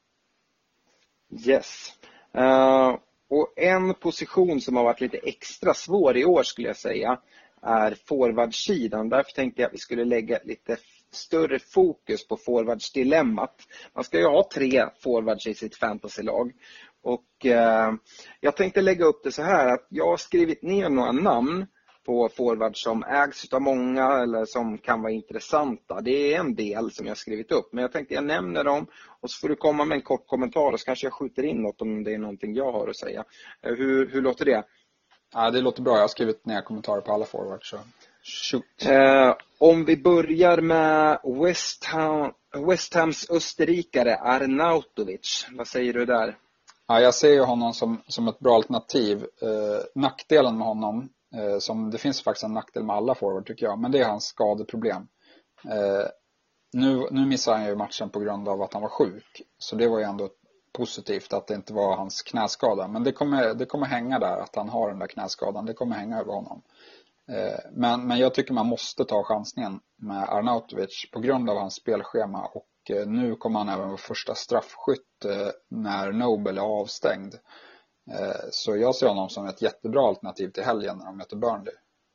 D: Yes. Uh, och en position som har varit lite extra svår i år skulle jag säga är forwardsidan. Därför tänkte jag att vi skulle lägga lite större fokus på forwardsdilemmat. Man ska ju ha tre forwards i sitt fantasylag. Och eh, jag tänkte lägga upp det så här att jag har skrivit ner några namn på forwards som ägs av många eller som kan vara intressanta. Det är en del som jag har skrivit upp, men jag tänkte jag nämner dem och så får du komma med en kort kommentar och så kanske jag skjuter in något om det är någonting jag har att säga. Hur, hur låter det?
E: Ja, det låter bra. Jag har skrivit ner kommentarer på alla forwards. Så shoot.
D: Eh, om vi börjar med West, Ham, West Hams österrikare Arnautovic. Vad säger du där?
E: Ja, jag ser ju honom som, som ett bra alternativ. Eh, nackdelen med honom, eh, som det finns faktiskt en nackdel med alla forward tycker jag, men det är hans skadeproblem. Eh, nu, nu missar han ju matchen på grund av att han var sjuk. Så det var ju ändå positivt att det inte var hans knäskada. Men det kommer, det kommer hänga där, att han har den där knäskadan. Det kommer hänga över honom. Eh, men, men jag tycker man måste ta chansningen med Arnautovic på grund av hans spelschema. Och nu kommer han även vara första straffskytt när Noble är avstängd. Så jag ser honom som ett jättebra alternativ till helgen när de möter Burnley.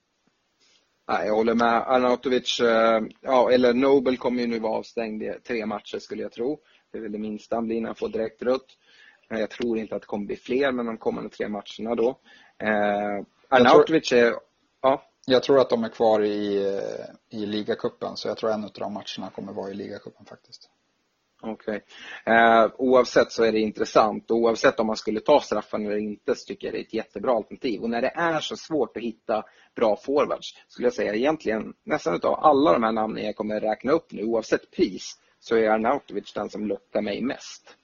D: Nej, jag håller med. Arnautovic, ja, eller Noble kommer ju nu vara avstängd i tre matcher skulle jag tro. Det är väl det minsta han blir när han får direkt rött. Jag tror inte att det kommer bli fler med de kommande tre matcherna då. Eh, Arnautovic är... Ja.
E: Jag tror att de är kvar i, i ligacupen, så jag tror en av de matcherna kommer vara i ligacupen faktiskt.
D: Okej. Okay. Eh, oavsett så är det intressant. Och oavsett om man skulle ta straffen eller inte så tycker jag det är ett jättebra alternativ. Och när det är så svårt att hitta bra forwards skulle jag säga egentligen nästan utav alla de här namnen jag kommer räkna upp nu, oavsett pris, så är Arnautovic den som lockar mig mest.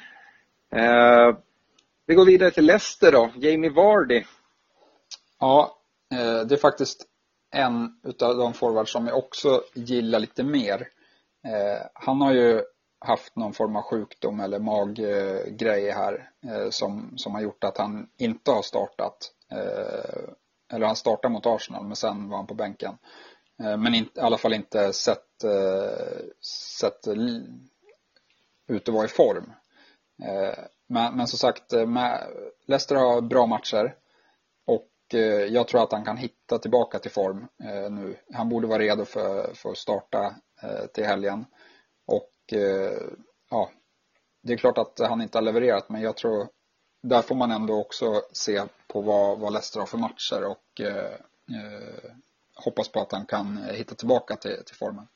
D: Eh, vi går vidare till Leicester då. Jamie Vardy.
E: Ja, det är faktiskt en utav de forwards som jag också gillar lite mer. Han har ju haft någon form av sjukdom eller maggrej här som, som har gjort att han inte har startat. Eller han startar mot Arsenal, men sen var han på bänken. Men inte, i alla fall inte sett, sett ut att vara i form. Men, men som sagt, med, Leicester har bra matcher. Jag tror att han kan hitta tillbaka till form eh, nu. Han borde vara redo för, för att starta eh, till helgen. Och eh, ja, det är klart att han inte har levererat, men jag tror där får man ändå också se på vad, vad Leicester har för matcher och eh, eh, hoppas på att han kan hitta tillbaka till, till formen.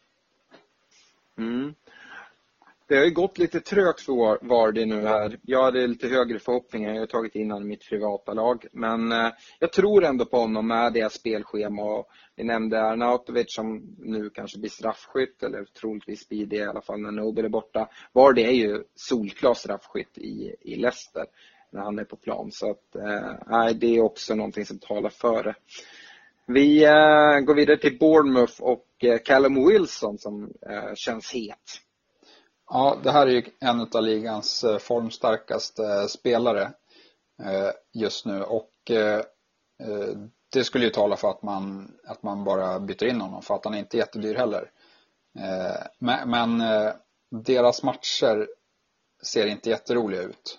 D: Mm. Det har ju gått lite trögt för Vardy nu här. Jag hade lite högre förhoppningar. Jag har tagit in honom i mitt privata lag. Men eh, jag tror ändå på honom med det spelschema. Och vi nämnde Arnautovic som nu kanske blir straffskytt. Eller troligtvis blir det i alla fall när Noble är borta. Vardy är ju solklar straffskytt i, i Leicester när han är på plan. Så att, eh, det är också någonting som talar för det. Vi eh, går vidare till Bournemouth och eh, Callum Wilson som eh, känns het.
E: Ja, det här är ju en av ligans formstarkaste spelare just nu. Och det skulle ju tala för att man, att man bara byter in honom, för att han är inte jättedyr heller. Men, men deras matcher ser inte jätteroliga ut.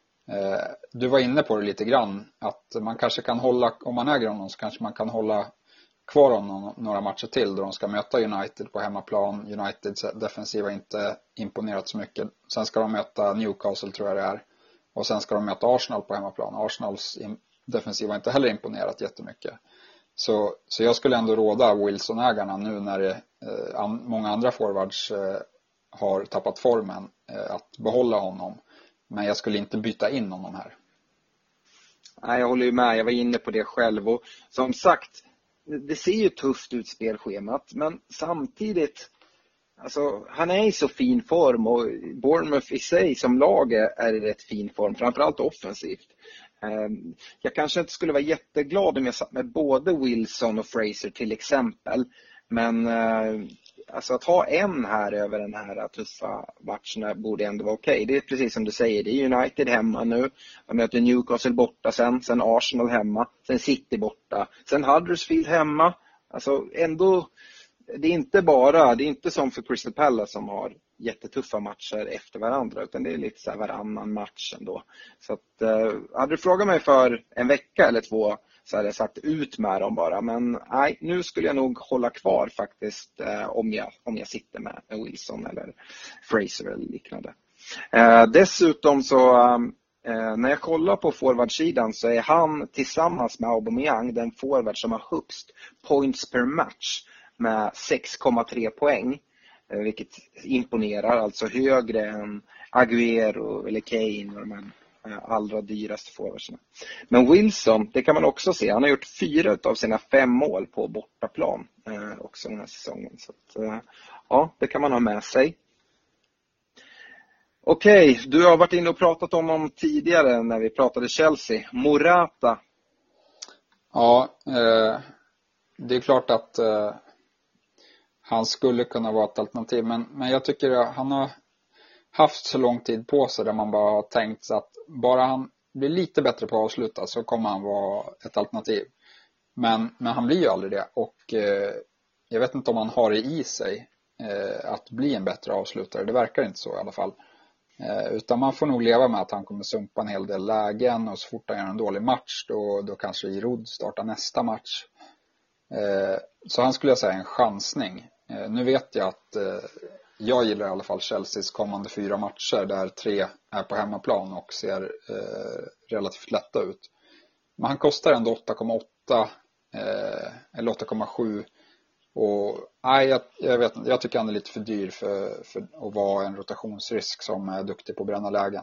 E: Du var inne på det lite grann, att man kanske kan hålla, om man äger honom så kanske man kan hålla kvar honom några matcher till då de ska möta United på hemmaplan. Uniteds defensiva inte imponerat så mycket. Sen ska de möta Newcastle tror jag det är. Och sen ska de möta Arsenal på hemmaplan. Arsenals defensiva inte heller imponerat jättemycket. Så, så jag skulle ändå råda Wilson-ägarna nu när det, eh, an, många andra forwards eh, har tappat formen eh, att behålla honom. men jag skulle inte byta in honom här.
D: Nej, jag håller ju med. Jag var inne på det själv. Och som sagt, det ser ju tufft ut spelschemat. Men samtidigt, alltså, han är i så fin form. Och Bournemouth i sig som lag är i rätt fin form. Framförallt offensivt. Jag kanske inte skulle vara jätteglad om jag satt med både Wilson och Fraser till exempel. Men alltså att ha en här över den här tuffa matcherna borde ändå vara okej. Okay. Det är precis som du säger, det är United hemma nu. De möter Newcastle borta sen, sen Arsenal hemma, sen City borta, sen Huddersfield hemma. Alltså ändå, det är inte bara, det är inte som för Crystal Palace som har jättetuffa matcher efter varandra, utan det är lite så här varannan match ändå. Så att, eh, hade du frågat mig för en vecka eller två så hade jag sagt ut med dem bara. Men nej, nu skulle jag nog hålla kvar faktiskt eh, om, jag, om jag sitter med Wilson eller Fraser eller liknande. Eh, dessutom så eh, när jag kollar på forwardsidan så är han tillsammans med Aubameyang den forward som har högst points per match med sex komma tre poäng. Vilket imponerar, alltså högre än Agüero eller Kane och de här allra dyraste forwardsarna. Men Wilson, det kan man också se, han har gjort fyra av sina fem mål på bortaplan eh, också den här säsongen. Så att, eh, ja, det kan man ha med sig. Okej, okay, du har varit inne och pratat om honom tidigare när vi pratade Chelsea. Morata.
E: Ja, eh, det är klart att eh, han skulle kunna vara ett alternativ. Men, men jag tycker att han har haft så lång tid på sig där man bara har tänkt att bara han blir lite bättre på att avsluta så kommer han vara ett alternativ. Men, men han blir ju aldrig det. Och eh, jag vet inte om han har det i sig eh, att bli en bättre avslutare. Det verkar inte så i alla fall. Eh, utan man får nog leva med att han kommer sumpa en hel del lägen. Och så fort han gör en dålig match då, då kanske Giroud startar nästa match. Eh, så han skulle jag säga en chansning. Eh, nu vet jag att eh, jag gillar i alla fall Chelseas kommande fyra matcher där tre är på hemmaplan och ser eh, relativt lätta ut. Men han kostar ändå åtta komma åtta eh, eller åtta komma sju. Och nej, jag, jag, vet, jag tycker han är lite för dyr för, för att vara en rotationsrisk som är duktig på att bränna lägen.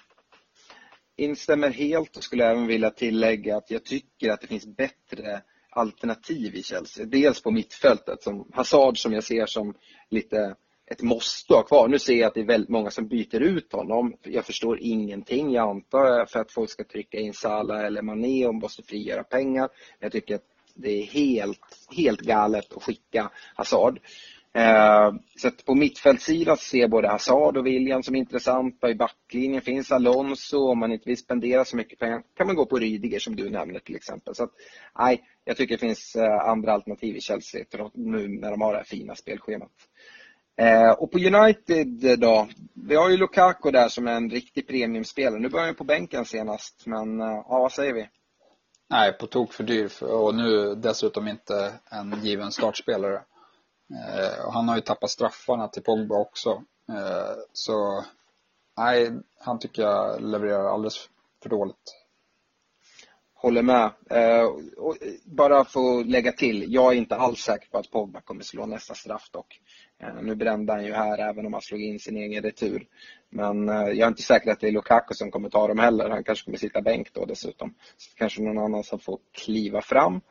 D: Instämmer helt och skulle även vilja tillägga att jag tycker att det finns bättre alternativ i Chelsea. Dels på mittfältet som Hazard som jag ser som lite ett måste ha kvar. Nu ser jag att det är väldigt många som byter ut honom. Jag förstår ingenting. Jag antar för att folk ska trycka in Salah eller Mané och måste frigöra pengar. Jag tycker att det är helt, helt galet att skicka Hazard. Eh, så att på mittfältssidan ser både Hazard och William som intressanta. I backlinjen finns Alonso. Om man inte vill spendera så mycket pengar kan man gå på Rydiger som du nämnde till exempel. Så att, nej, jag tycker det finns andra alternativ i Chelsea nu när de har det här fina spelschemat. Eh, och på United då, vi har ju Lukaku där som är en riktig premiumspelare. Nu börjar han på bänken senast, men eh, ja, vad säger vi?
E: Nej, på tok för dyr för, och nu dessutom inte en given startspelare. Eh, och han har ju tappat straffarna till Pogba också. Eh, så nej, han tycker jag levererar alldeles för dåligt.
D: Håller med. Eh, och bara för att lägga till, jag är inte alls säker på att Pogba kommer slå nästa straff dock. Eh, nu brände han ju här även om han slog in sin egen retur. Men eh, jag är inte säker att det är Lukaku som kommer ta dem heller. Han kanske kommer sitta bänk då dessutom. Så kanske någon annan som får kliva fram.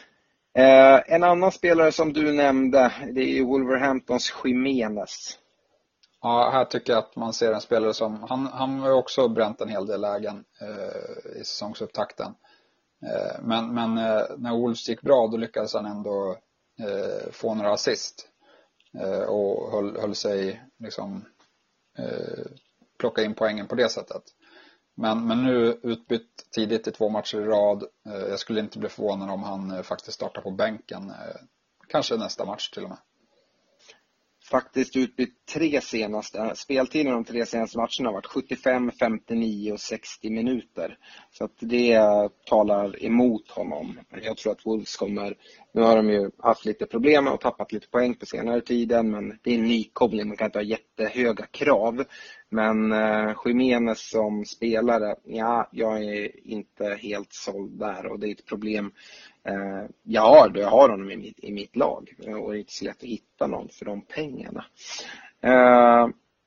D: Eh, en annan spelare som du nämnde, det är ju Wolverhamptons Jimenez.
E: Ja, här tycker jag att man ser en spelare som, han, han har också bränt en hel del lägen eh, i säsongsupptakten. Eh, men men eh, när Wolves gick bra då lyckades han ändå eh, få några assist. Eh, och höll, höll sig liksom eh, plocka in poängen på det sättet. Men, men nu utbytt tidigt i två matcher i rad. Eh, jag skulle inte bli förvånad om han eh, faktiskt startar på bänken. Eh, kanske nästa match till och med.
D: Faktiskt utbytt tre senaste, speltiden de tre senaste matcherna har varit sjuttiofem, femtionio och sextio minuter. Så att det talar emot honom. Jag tror att Wolves kommer, nu har de ju haft lite problem och tappat lite poäng på senare tiden, men det är en nykomling, man kan inte ha jättehöga krav. Men eh, Jimenez som spelare, ja, jag är inte helt såld där och det är ett problem. Uh, jag, har, jag har honom i mitt, i mitt lag och det är inte så lätt att hitta någon för de pengarna. Uh,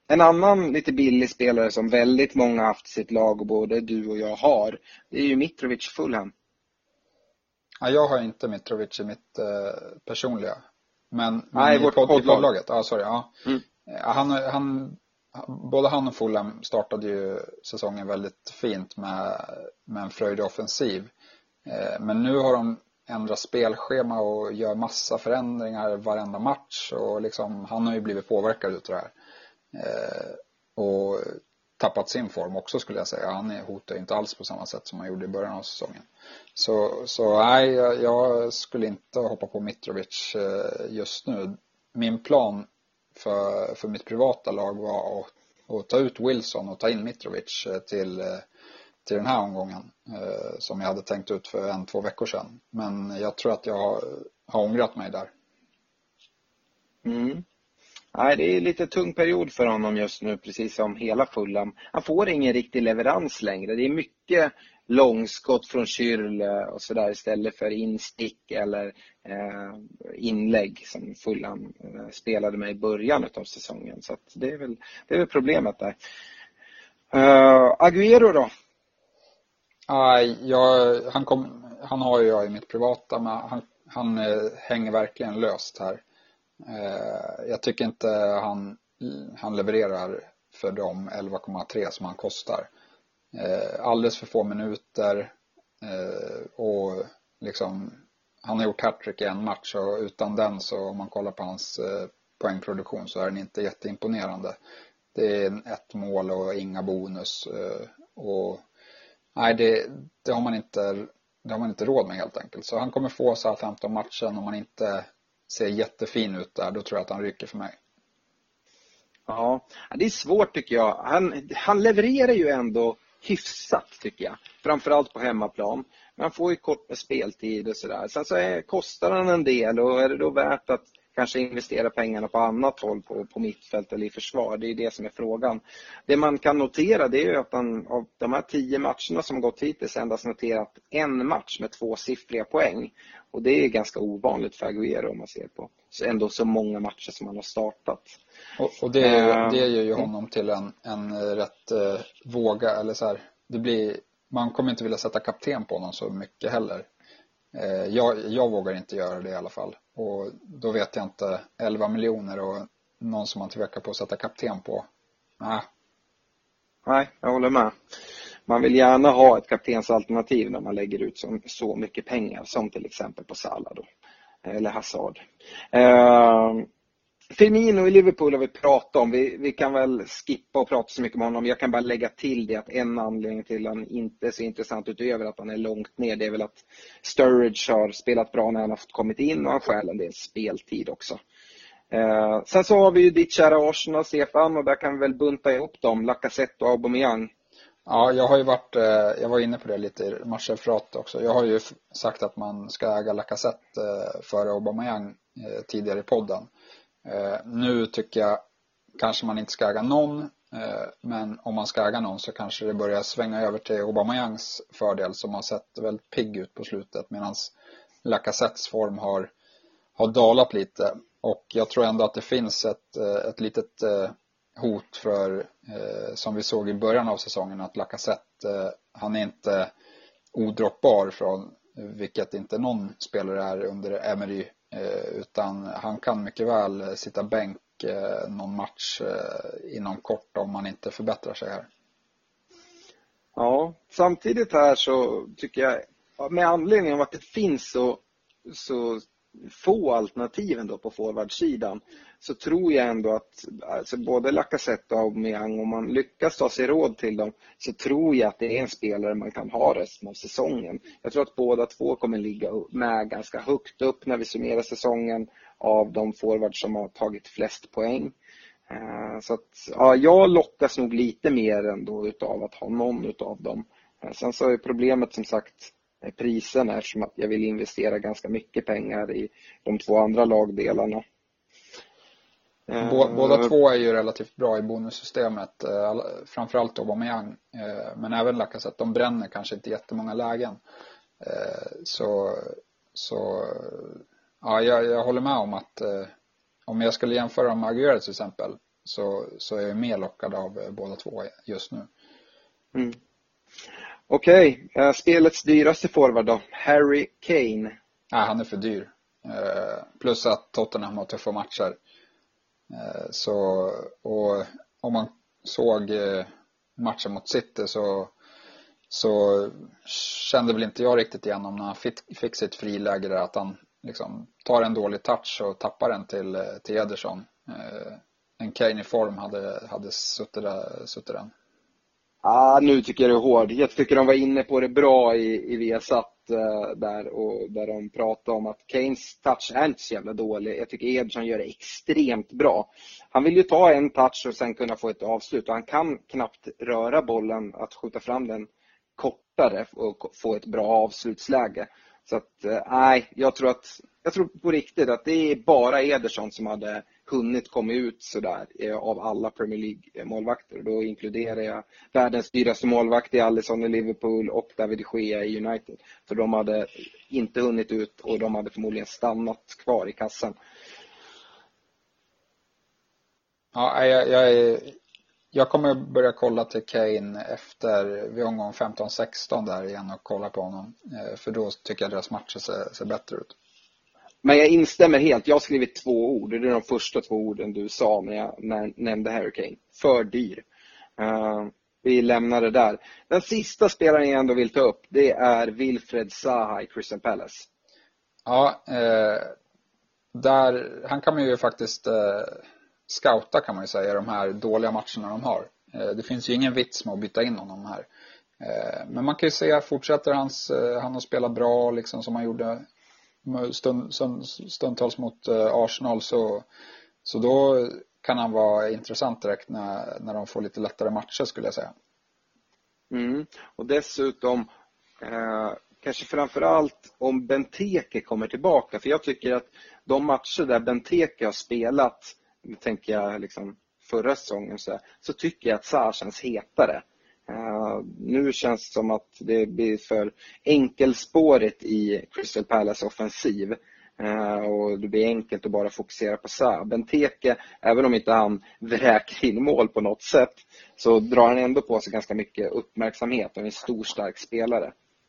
D: En annan lite billig spelare som väldigt många haft i sitt lag och både du och jag har, det är ju Mitrovic Fulham.
E: Ja, jag har inte Mitrovic i mitt eh, personliga. Men, men
D: Nej,
E: i
D: vårt
E: podd,
D: poddlag.
E: poddlaget, ja, sorry, ja.
D: Mm.
E: Han, han, både han och Fulham startade ju säsongen väldigt fint med, med en fröjdig offensiv. Eh, men nu har de ändrat spelschema och gör massa förändringar varenda match. Och liksom, han har ju blivit påverkad ut det här. Eh, och tappat sin form också, skulle jag säga. Han hotar ju inte alls på samma sätt som han gjorde i början av säsongen. Så, så nej, jag, jag skulle inte hoppa på Mitrovic eh, just nu. Min plan för, för mitt privata lag var att, att ta ut Wilson och ta in Mitrovic till, till den här omgången eh, som jag hade tänkt ut för en, två veckor sedan. Men jag tror att jag har, har ångrat mig där.
D: Mm. Nej, det är lite tung period för honom just nu, precis som hela Fulham. Han får ingen riktig leverans längre. Det är mycket långskott från Schürrle och sådär istället för instick eller eh, inlägg som Fulham eh, spelade med i början av säsongen. Så att det är väl det är väl problemet där. Uh, Agüero då?
E: Nej, jag, han, kom, han har ju jag i mitt privata, men han, han eh, hänger verkligen löst här. Eh, jag tycker inte han, han levererar för de elva komma tre som han kostar. Eh, alldeles för få minuter eh, och liksom, han har gjort hattrick i en match och utan den, så om man kollar på hans eh, poängproduktion så är den inte jätteimponerande. Det är ett mål och inga bonus eh, och nej, det, det, har man inte, det har man inte råd med helt enkelt. Så han kommer få så här femton matchen, om man inte ser jättefin ut där, då tror jag att han rycker för mig.
D: Ja, det är svårt tycker jag. Han, han levererar ju ändå hyfsat tycker jag. Framförallt på hemmaplan. Man får ju kort med speltid och sådär. Sen så är, kostar han en del, och är det då värt att kanske investera pengarna på annat håll, på, på mittfält eller i försvar? Det är det som är frågan. Det man kan notera, det är ju att han av de här tio matcherna som gått hittills endast noterat en match med tvåsiffriga poäng. Och det är ganska ovanligt för Agüero om man ser på så ändå så många matcher som han har startat.
E: Och, och det, det gör ju honom till en, en rätt eh, våga, eller så här, det blir, man kommer inte vilja sätta kapten på honom så mycket heller. Eh, jag, jag vågar inte göra det i alla fall. Och då vet jag inte, elva miljoner och någon som man tvekar på att sätta kapten på. Nej.
D: Nej, jag håller med. Man vill gärna ha ett kaptensalternativ när man lägger ut så, så mycket pengar som till exempel på Salah då. Eller Hazard. Eh, Firmino i Liverpool har vi pratat om. Vi, vi kan väl skippa och prata så mycket med honom. Jag kan bara lägga till det att en anledning till att han inte är så intressant utöver att han är långt ner, det är väl att Sturridge har spelat bra när han har fått kommit in och han stjäl en del speltid också. Eh, sen så har vi ju ditt kära Arsenal, Stefan, och där kan vi väl bunta ihop dem, Lacazette och Aubameyang.
E: Ja, jag har ju varit, jag var inne på det lite i matchreferatet också. Jag har ju sagt att man ska äga Lacazette före Aubameyang tidigare i podden. Nu tycker jag kanske man inte ska äga någon, men om man ska äga någon så kanske det börjar svänga över till Aubameyangs fördel, som har sett väldigt pigg ut på slutet, medan Lacazettes form har, har dalat lite. Och jag tror ändå att det finns ett, ett litet hot för, eh, som vi såg i början av säsongen, att Lacazette, eh, han är inte odroppbar från, vilket inte någon spelare är under Emery, eh, utan han kan mycket väl sitta bänk eh, någon match eh, inom kort om man inte förbättrar sig här.
D: Ja, samtidigt här så tycker jag, med anledning av att det finns så, så få alternativen då på forwardsidan, så tror jag ändå att alltså både Lacazette och Aubameyang, om man lyckas ta sig råd till dem, så tror jag att det är en spelare man kan ha resten av säsongen. Jag tror att båda två kommer ligga med ganska högt upp när vi summerar säsongen av de forwards som har tagit flest poäng. Så att, ja, jag lockas nog lite mer ändå utav att ha någon utav dem. Sen så är problemet som sagt prisen, eftersom att jag vill investera ganska mycket pengar i de två andra lagdelarna.
E: Båda två är ju relativt bra i bonussystemet, framförallt Aubameyang, men även Lacazette. De bränner kanske inte jättemånga lägen. Så, så ja, jag, jag håller med om att om jag skulle jämföra med Agüero till exempel, så, så är jag mer lockad av båda två just nu.
D: Mm. Okej, okay. Spelets dyraste forward då, Harry Kane.
E: Nej, han är för dyr. Plus att Tottenham har tuffa matcher. Så, och om man såg matchen mot City så, så kände väl inte jag riktigt igenom när han fick, fick sitt friläge där, att han liksom tar en dålig touch och tappar den till, till Ederson. En Kane i form hade, hade suttit, där, suttit den.
D: Ah, nu tycker jag det är hård. Jag tycker de var inne på det bra i, i Viasat uh, där, och där de pratade om att Kanes touch är inte så jävla dålig. Jag tycker Ederson gör det extremt bra. Han vill ju ta en touch och sen kunna få ett avslut, och han kan knappt röra bollen att skjuta fram den kortare och få ett bra avslutsläge. Så att nej, uh, jag tror att jag tror på riktigt att det är bara Ederson som hade hunnit komma ut sådär av alla Premier League-målvakter. Då inkluderar jag världens dyraste målvakt i Alisson i Liverpool och David de Gea i United. För de hade inte hunnit ut och de hade förmodligen stannat kvar i kassan.
E: Ja, jag, jag, jag kommer börja kolla till Kane efter vid omgång femton sexton där igen och kolla på honom. För då tycker jag deras matcher ser, ser bättre ut.
D: Men jag instämmer helt. Jag har skrivit två ord. Det är de första två orden du sa när jag nämnde Harry Kane. För dyr. Uh, vi lämnar det där. Den sista spelaren jag ändå vill ta upp, det är Wilfred Zaha i Crystal Palace.
E: Ja, eh, där, han kan man ju faktiskt eh, scouta, kan man ju säga, de här dåliga matcherna de har. Eh, det finns ju ingen vits med att byta in honom här. Eh, men man kan ju se, fortsätter hans, eh, han att spela bra liksom som han gjorde Stund, stund, stundtals mot uh, Arsenal, så, så då kan han vara intressant direkt när, när de får lite lättare matcher, skulle jag säga.
D: Mm. Och dessutom eh, kanske framförallt om Benteke kommer tillbaka, för jag tycker att de matcher där Benteke har spelat, tänker jag liksom förra säsongen, så, så tycker jag att Zaha känns hetare. Uh, nu känns det som att det blir för enkelspåret i Crystal Palace offensiv, uh, och det blir enkelt att bara fokusera på Zaha. Benteke, även om inte han vräker in mål på något sätt, så drar han ändå på sig ganska mycket uppmärksamhet och är en stor stark spelare.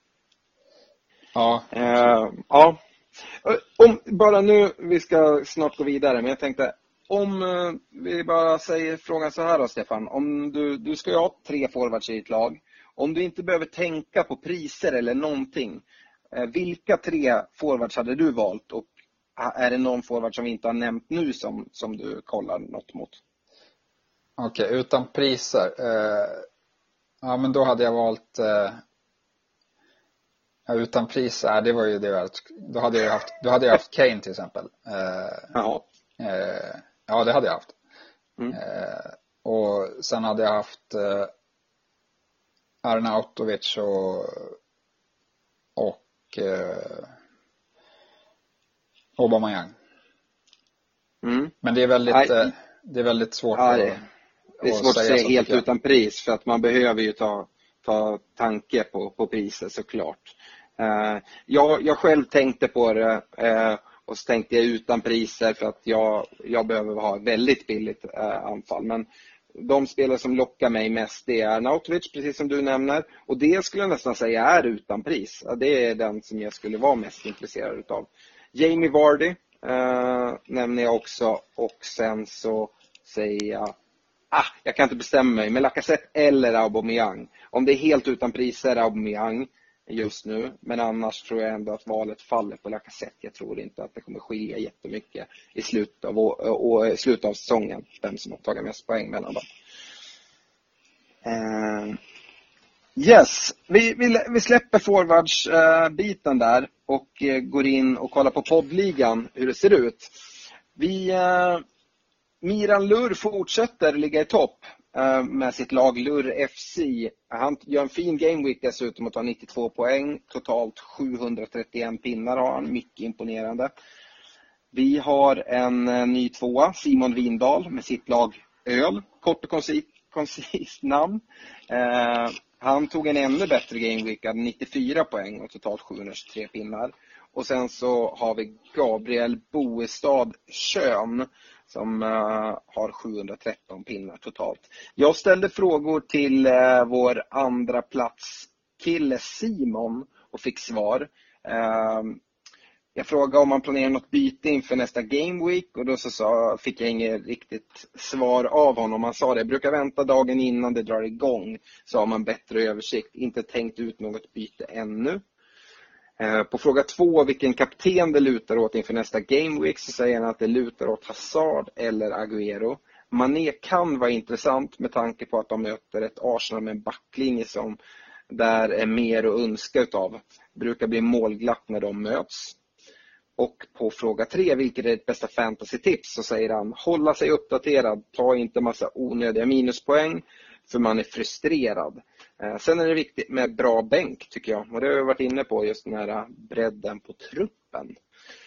E: Ja.
D: Uh, ja. Om, bara nu, vi ska snart gå vidare, men jag tänkte, om vi bara säger frågan så här då, Stefan. Om du, du ska ju ha tre forwards i ett lag. Om du inte behöver tänka på priser eller någonting, vilka tre forwards hade du valt? Och är det någon forward som vi inte har nämnt nu som, som du kollar något mot?
E: Okej, okay, utan priser. Eh, ja, men då hade jag valt... Eh, ja, utan priser, det var ju det. Då hade jag haft, då hade jag haft Kane till exempel. Eh,
D: Jaha.
E: Eh, ja, det hade jag haft.
D: Mm.
E: Eh, och sen hade jag haft eh, Arnautovic och och eh, Aubameyang.
D: Mm.
E: Men det är väldigt eh, det är väldigt svårt
D: ja,
E: att,
D: det, det är svårt att säga, säga helt utan pris, för att man behöver ju ta ta tanke på på priset såklart. Eh, jag jag själv tänkte på det, eh, och så tänkte jag utan priser, för att jag, jag behöver ha väldigt billigt eh, anfall. Men de spelare som lockar mig mest, det är Arnautovic, precis som du nämner. Och det skulle jag nästan säga är utan pris. Ja, det är den som jag skulle vara mest intresserad utav. Jamie Vardy eh, nämner jag också. Och sen så säger jag, ah, jag kan inte bestämma mig, med Lacazette eller Aubameyang. Om det är helt utan priser, Aubameyang just nu, men annars tror jag ändå att valet faller på Lacazette. Jag tror inte att det kommer skilja jättemycket i slutet av, och, och, slutet av säsongen vem som har tagit mest poäng mellan dem. Uh, yes, vi, vi, vi släpper forwards-biten uh, där och uh, går in och kollar på poddligan, hur det ser ut. Vi, uh, Miran Lur fortsätter ligga i topp med sitt lag Lur F C. Han gör en fin gameweek dessutom och tar nittiotvå poäng. Totalt sjuhundratrettioen pinnar har han. Mycket imponerande. Vi har en ny tvåa, Simon Windahl, med sitt lag Öl. Kort och koncist, koncist namn. Eh, han tog en ännu bättre gameweek, hade nittiofyra poäng och totalt sjuhundratjugotre pinnar. Och sen så har vi Gabriel Boestad Kön som uh, har sjuhundratretton pinnar totalt. Jag ställde frågor till uh, vår andra plats kille Simon och fick svar. Uh, jag frågade om man planerar något byte inför nästa Game Week och då så sa, fick jag inget riktigt svar av honom. Han sa det, jag brukar vänta dagen innan det drar igång så har man bättre översikt. Inte tänkt ut något byte ännu. På fråga två, vilken kapten det lutar åt inför nästa Game Week, så säger han att det lutar åt Hazard eller Agüero. Mané kan vara intressant med tanke på att de möter ett Arsenal med en backlinje som där är mer att önska utav. Brukar bli målglatt när de möts. Och på fråga tre, vilket är ditt bästa fantasy-tips, så säger han hålla sig uppdaterad, ta inte massa onödiga minuspoäng för man är frustrerad. Eh, sen är det viktigt med bra bänk tycker jag. Och det har jag varit inne på, just den här bredden på truppen.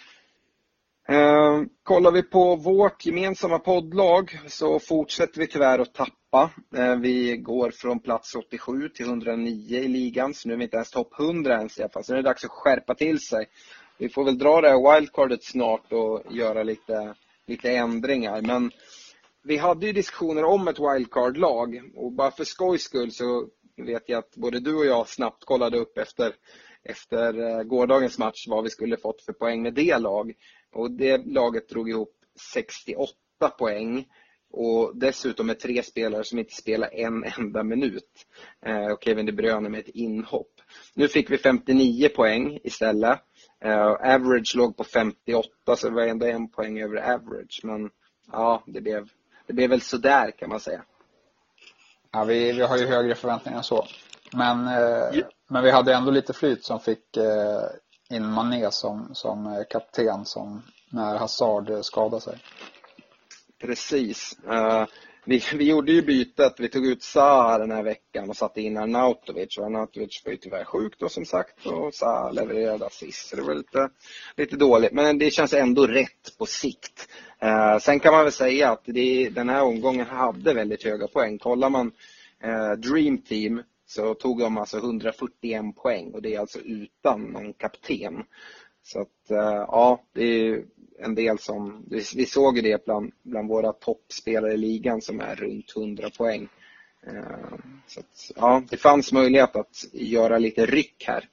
D: Eh, kollar vi på vårt gemensamma poddlag så fortsätter vi tyvärr att tappa. Eh, vi går från plats åttiosju till etthundranio i ligan. Så nu är vi inte ens topp hundra ens i alla fall. Så nu är det dags att skärpa till sig. Vi får väl dra det här wildcardet snart och göra lite, lite ändringar. Men vi hade ju diskussioner om ett wildcard-lag och bara för skojs skull så vet jag att både du och jag snabbt kollade upp efter, efter gårdagens match vad vi skulle fått för poäng med det lag. Och det laget drog ihop sextioåtta poäng och dessutom med tre spelare som inte spelar en enda minut. Och Kevin De Bruyne med ett inhopp. Nu fick vi femtionio poäng istället. Average låg på femtioåtta så det var ändå en poäng över average. Men ja, det blev... Det blev väl sådär kan man säga.
E: Ja, vi, vi har ju högre förväntningar än så. Men, eh,
D: ja.
E: men vi hade ändå lite flyt som fick eh, in Mané som, som kapten som när Hazard skadade sig.
D: Precis. Uh, vi, vi gjorde ju bytet. Vi tog ut Zaha den här veckan och satte in Arnautovic. Och Arnautovic var ju tyvärr sjuk då som sagt. Och Zaha levererade assist. Så det var lite, lite dåligt. Men det känns ändå rätt på sikt. Uh, sen kan man väl säga att det, den här omgången hade väldigt höga poäng. Kollar man uh, Dream Team så tog de alltså etthundrafyrtioen poäng. Och det är alltså utan någon kapten. Så att uh, ja, det är en del som, vi såg ju det bland, bland våra toppspelare i ligan som är runt hundra poäng. Uh, så att, ja, det fanns möjlighet att göra lite ryck här.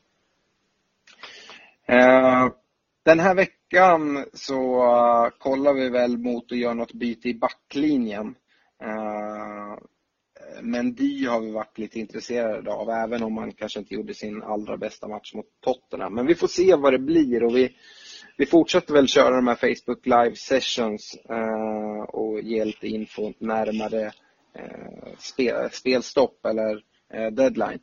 D: Uh, den här veckan så uh, kollar vi väl mot att göra något byte i backlinjen. Uh, men det har vi varit lite intresserade av, även om man kanske inte gjorde sin allra bästa match mot Tottenham. Men vi får se vad det blir och vi, vi fortsätter väl köra de här Facebook live sessions uh, och ge lite info närmare uh, spel, spelstopp eller uh, deadline.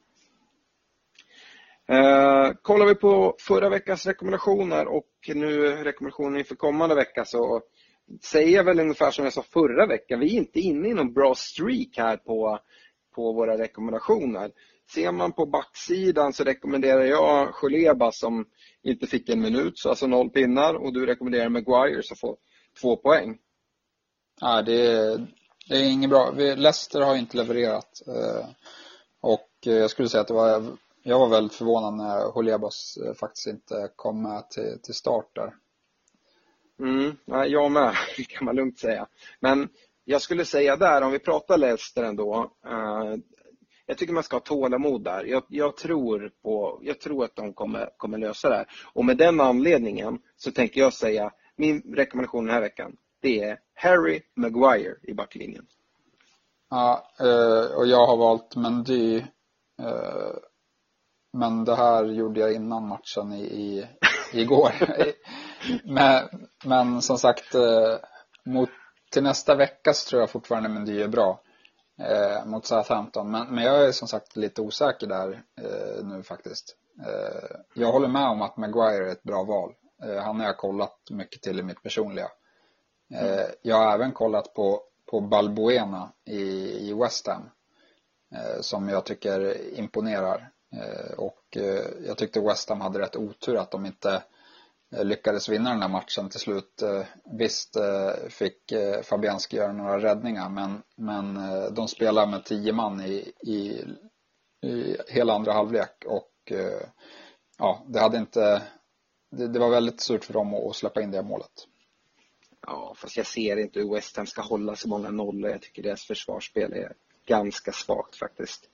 D: Uh, kollar vi på förra veckans rekommendationer och nu rekommendationer inför kommande vecka så säger jag väl ungefär som jag sa förra veckan. Vi är inte inne i någon bra streak här på, på våra rekommendationer. Ser man på backsidan så rekommenderar jag Choleba som inte fick en minut, så alltså noll pinnar. Och du rekommenderar Maguire som får två poäng.
E: Ja, det är, det är inget bra. Leicester har inte levererat. Och jag skulle säga att det var, jag var väldigt förvånad när Cholebas faktiskt inte kom med till, till start där.
D: Mm, jag med, det kan man lugnt säga. Men jag skulle säga där, om vi pratar Leicester ändå, eh, jag tycker man ska ha tålamod där. Jag, jag, tror, på, jag tror att de kommer, kommer lösa det här. Och med den anledningen så tänker jag säga, min rekommendation den här veckan, det är Harry Maguire i backlinjen.
E: Ja, eh, och jag har valt Mendy. Eh, men det här gjorde jag innan matchen i, i, igår. Men, men som sagt, eh, mot, till nästa vecka så tror jag fortfarande Mendy är bra eh, mot Southampton. Men, men jag är som sagt lite osäker där eh, nu faktiskt. Eh, jag håller med om att Maguire är ett bra val. Eh, han har jag kollat mycket till i mitt personliga. Eh, jag har även kollat på, på Balbuena i, i West Ham eh, som jag tycker imponerar. Eh, och eh, jag tyckte West Ham hade rätt otur att de inte lyckades vinna den här matchen till slut. Visst fick Fabianski göra några räddningar, men, men de spelar med tio man i, i, i hela andra halvlek, och ja, det hade inte det, det var väldigt surt för dem att släppa in det målet.
D: Ja, fast jag ser inte hur West Ham ska hålla så många nollor. Jag tycker deras försvarsspel är ganska svagt faktiskt.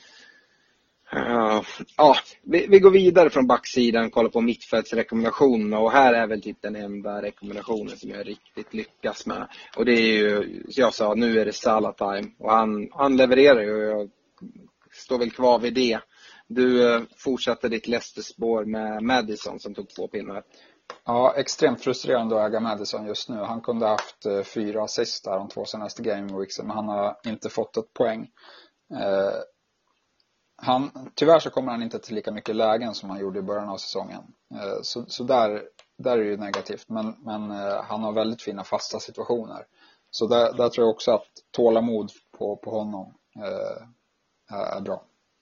D: Uh, ja, vi, vi går vidare från backsidan, kollar på mittfältsrekommendationerna, och här är väl typ den enda rekommendationen som jag riktigt lyckas med. Och det är ju, som jag sa, nu är det Salah time, och han, han levererar ju, och jag står väl kvar vid det. Du uh, fortsatte ditt Leicester-spår med Maddison som tog två pinnar.
E: Ja, extremt frustrerande att äga Maddison just nu. Han kunde ha haft uh, fyra assist där de två senaste game weeks, men han har inte fått ett poäng. Uh, Han, tyvärr så kommer han inte till lika mycket lägen som han gjorde i början av säsongen. Så, så där, där är det ju negativt. Men, men han har väldigt fina fasta situationer. Så där, där tror jag också att tålamod på, på honom eh, är bra.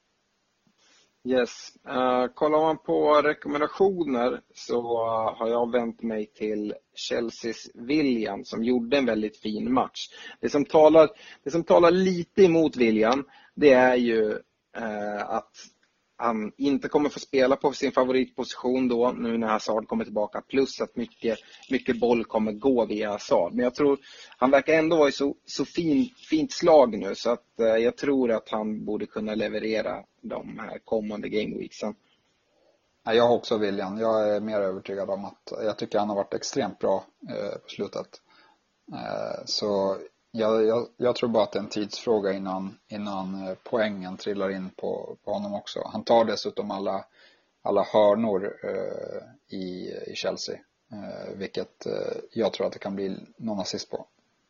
D: Yes. Uh, kollar man på rekommendationer så uh, har jag vänt mig till Chelseas Willian som gjorde en väldigt fin match. Det som talar, det som talar lite emot Willian, det är ju att han inte kommer få spela på sin favoritposition då nu när Hazard kommer tillbaka, plus att mycket, mycket boll kommer gå via Hazard. Men jag tror han verkar ändå vara i så, så fin, fint slag nu, så att eh, jag tror att han borde kunna leverera de här kommande gameweeksen.
E: Jag har också William. Jag är mer övertygad om att jag tycker han har varit extremt bra eh, på slutet. Eh, så Jag, jag, jag tror bara att det är en tidsfråga innan, innan poängen trillar in på, på honom också. Han tar dessutom alla, alla hörnor eh, i, i Chelsea. Eh, vilket eh, jag tror att det kan bli någon assist på.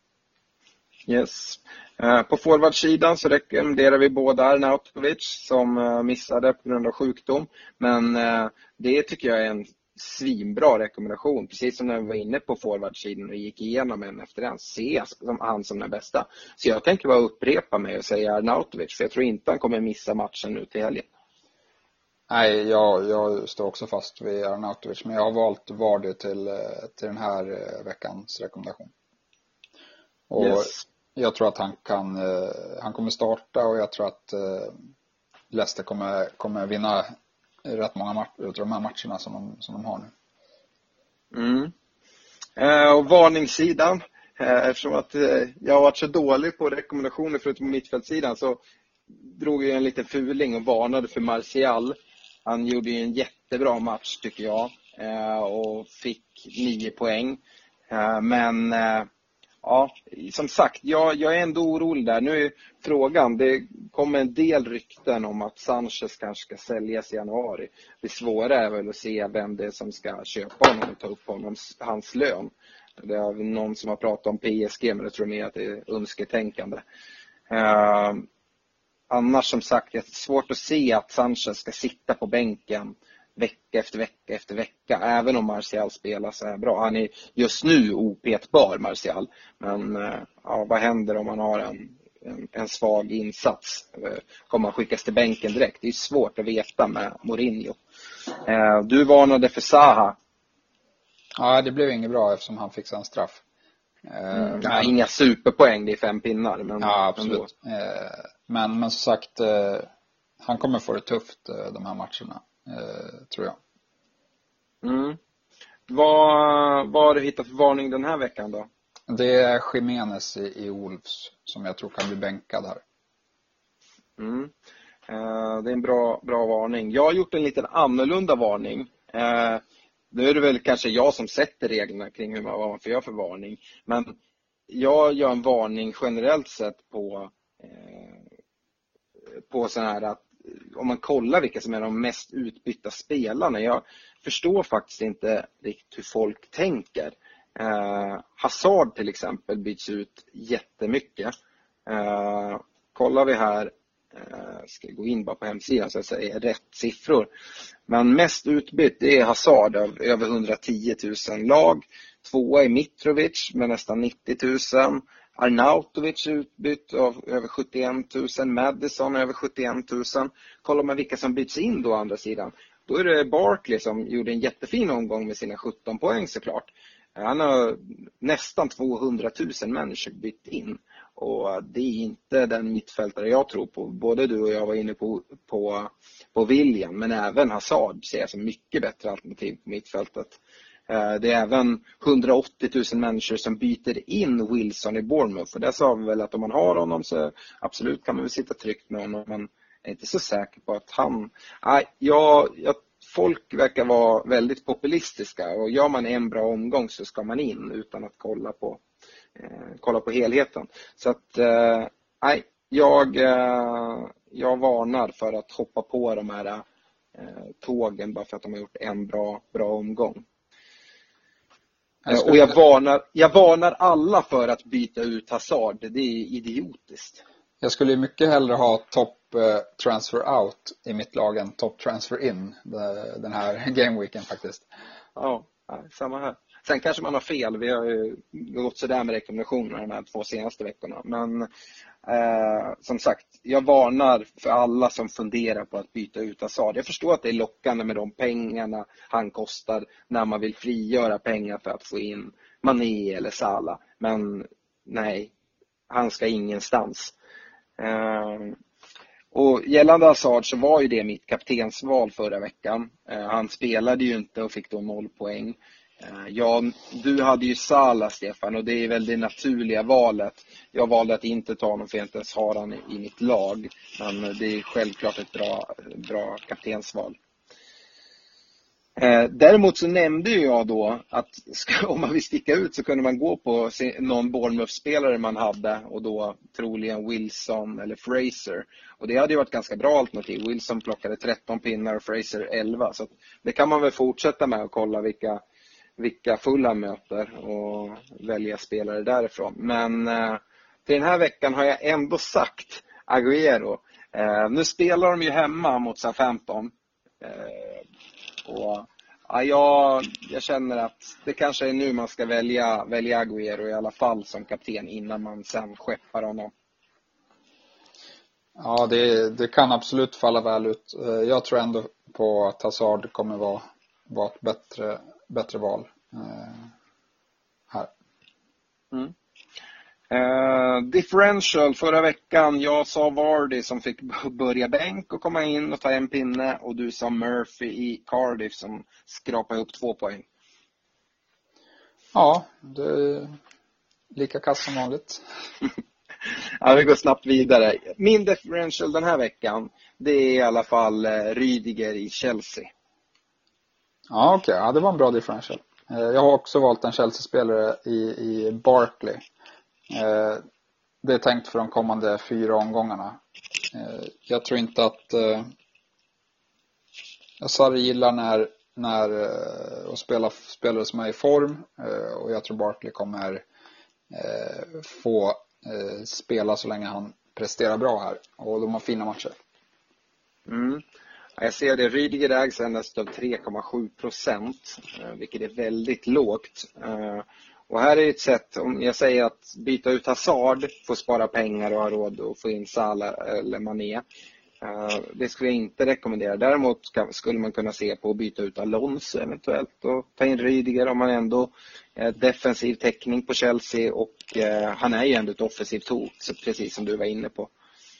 D: Yes. Eh, på forwardsidan så rekommenderar vi båda Arnautovic som eh, missade på grund av sjukdom. Men eh, det tycker jag är en svinbra rekommendation. Precis som när vi var inne på forwardsidan och gick igenom en efter en, ses som han som den bästa. Så jag tänker bara upprepa mig och säga Arnautovic, för jag tror inte han kommer missa matchen nu till helgen.
E: Nej, jag, jag står också fast vid Arnautovic, men jag har valt Vardy till, till den här veckans rekommendation. Och yes. Jag tror att han kan han kommer starta, och jag tror att Leicester kommer, kommer vinna rätt många matcher, de här matcherna som de, som de har nu.
D: Mm. Eh, och varningssidan, eh, eftersom att eh, jag har varit så dålig på rekommendationer förutom mittfältssidan, så drog jag en liten fuling och varnade för Martial. Han gjorde ju en jättebra match tycker jag, eh, och fick nio poäng. Eh, men eh, ja, som sagt, jag, jag är ändå orolig där. Nu är frågan, det kommer en del rykten om att Sanchez kanske ska säljas i januari. Det svåra är väl att se vem det är som ska köpa honom och ta upp honom, hans lön. Det är någon som har pratat om P S G, men jag tror mer att det är önsketänkande. Uh, annars som sagt, det är svårt att se att Sanchez ska sitta på bänken vecka efter vecka efter vecka, även om Martial spelar så här bra. Han är just nu opetbar, Martial. Men ja, vad händer om man har en, en, en svag insats? Kommer han skickas till bänken direkt? Det är svårt att veta med Mourinho. Du varnade för Zaha.
E: Ja, det blev inget bra eftersom han fick en straff.
D: Mm, ja, inga superpoäng, det är fem pinnar. Men
E: ja, absolut. Men, men som sagt, han kommer få det tufft de här matcherna. Uh, tror jag.
D: Mm. Vad, vad har du hittat för varning den här veckan då?
E: Det är Jimenez i, i Wolves som jag tror kan bli bänkad här.
D: Mm. Uh, det är en bra, bra varning. Jag har gjort en liten annorlunda varning. Uh, nu är det väl kanske jag som sätter reglerna kring hur man, vad man får göra för varning. Men jag gör en varning generellt sett på uh, på sån här att om man kollar vilka som är de mest utbytta spelarna. Jag förstår faktiskt inte riktigt hur folk tänker. Eh, Hazard till exempel byts ut jättemycket. Eh, kollar vi här, eh, ska jag gå in bara på hemsidan så jag säger rätt siffror. Men mest utbytt är Hazard av över hundratio tusen lag. Tvåa är Mitrovic med nästan nittio tusen. Arnautovic utbytt av över sjuttioen tusen. Maddison över sjuttioen tusen. Kollar man vilka som byts in då å andra sidan. då är det Barkley som gjorde en jättefin omgång med sina sjutton poäng såklart. Han har nästan tvåhundratusen människor bytt in. Och det är inte den mittfältare jag tror på. Både du och jag var inne på, på, på William, men även Hazard ser jag som mycket bättre alternativ på mittfältet. Det är även hundraåttiotusen människor som byter in Wilson i Bournemouth. För där sa vi väl att om man har honom så absolut kan man väl sitta tryggt med honom. Man är inte så säker på att han... Nej, jag, jag, folk verkar vara väldigt populistiska. Och gör man en bra omgång så ska man in utan att kolla på, eh, kolla på helheten. Så att, eh, nej, jag, eh, jag varnar för att hoppa på de här eh, tågen bara för att de har gjort en bra, bra omgång. Och jag varnar, jag varnar alla för att byta ut Hazard. Det är idiotiskt.
E: Jag skulle mycket hellre ha top eh, transfer out i mitt lag än top transfer in den här gameweeken faktiskt.
D: Ja, samma här. Sen kanske man har fel. Vi har ju gått sådär med rekommendationerna de här två senaste veckorna. Men eh, som sagt, jag varnar för alla som funderar på att byta ut Hazard. Jag förstår att det är lockande med de pengarna han kostar när man vill frigöra pengar för att få in Mané eller Salah. Men nej, han ska ingenstans. Eh, och gällande Hazard så var ju det mitt kaptensval förra veckan. Eh, han spelade ju inte och fick då noll poäng. Ja, du hade ju Salah, Stefan, och det är väl det naturliga valet. Jag valde att inte ta honom för jag inte ens har han i mitt lag. Men det är självklart ett bra, bra kaptensval. Däremot så nämnde jag då att om man vill sticka ut så kunde man gå på någon Bournemouth-spelare man hade. Och då troligen Wilson eller Fraser. Och det hade ju varit ganska bra alternativ. Wilson plockade tretton pinnar och Fraser elva. Så det kan man väl fortsätta med och kolla vilka... vilka fulla möter och välja spelare därifrån. Men eh, till den här veckan har jag ändå sagt Agüero. Eh, nu spelar de ju hemma mot Southampton. Eh, och ja, jag, jag känner att det kanske är nu man ska välja, välja Agüero i alla fall som kapten innan man sen skeppar honom.
E: Ja, det, det kan absolut falla väl ut. Jag tror ändå på att Hazard kommer vara, vara ett bättre, bättre val eh, här.
D: Mm. Eh, differential förra veckan. Jag sa Vardy som fick börja bänk och komma in och ta en pinne. Och du sa Murphy i Cardiff som skrapade upp två poäng.
E: Ja, det är lika kass som vanligt.
D: Ja, vi går snabbt vidare. Min differential den här veckan, det är i alla fall Rydiger i Chelsea.
E: Ja, okej. Okay. Ja, det var en bra differential. Jag har också valt en Chelsea-spelare i, i Barkley. Det är tänkt för de kommande fyra omgångarna. Jag tror inte att... Jag Sarri gillar när, när att spela spelare som är i form. Och jag tror Barkley kommer få spela så länge han presterar bra här. Och de har fina matcher.
D: Mm. Jag ser det. Rydiger ägs endast av tre komma sju procent. Vilket är väldigt lågt. Och här är ett sätt, om jag säger att byta ut Hazard, få spara pengar och ha råd att få in Salah eller Mané. Det skulle jag inte rekommendera. Däremot skulle man kunna se på att byta ut Alonso eventuellt och ta in Rydiger om man ändå är defensiv täckning på Chelsea. Och han är ju ändå ett offensivt hot, precis som du var inne på.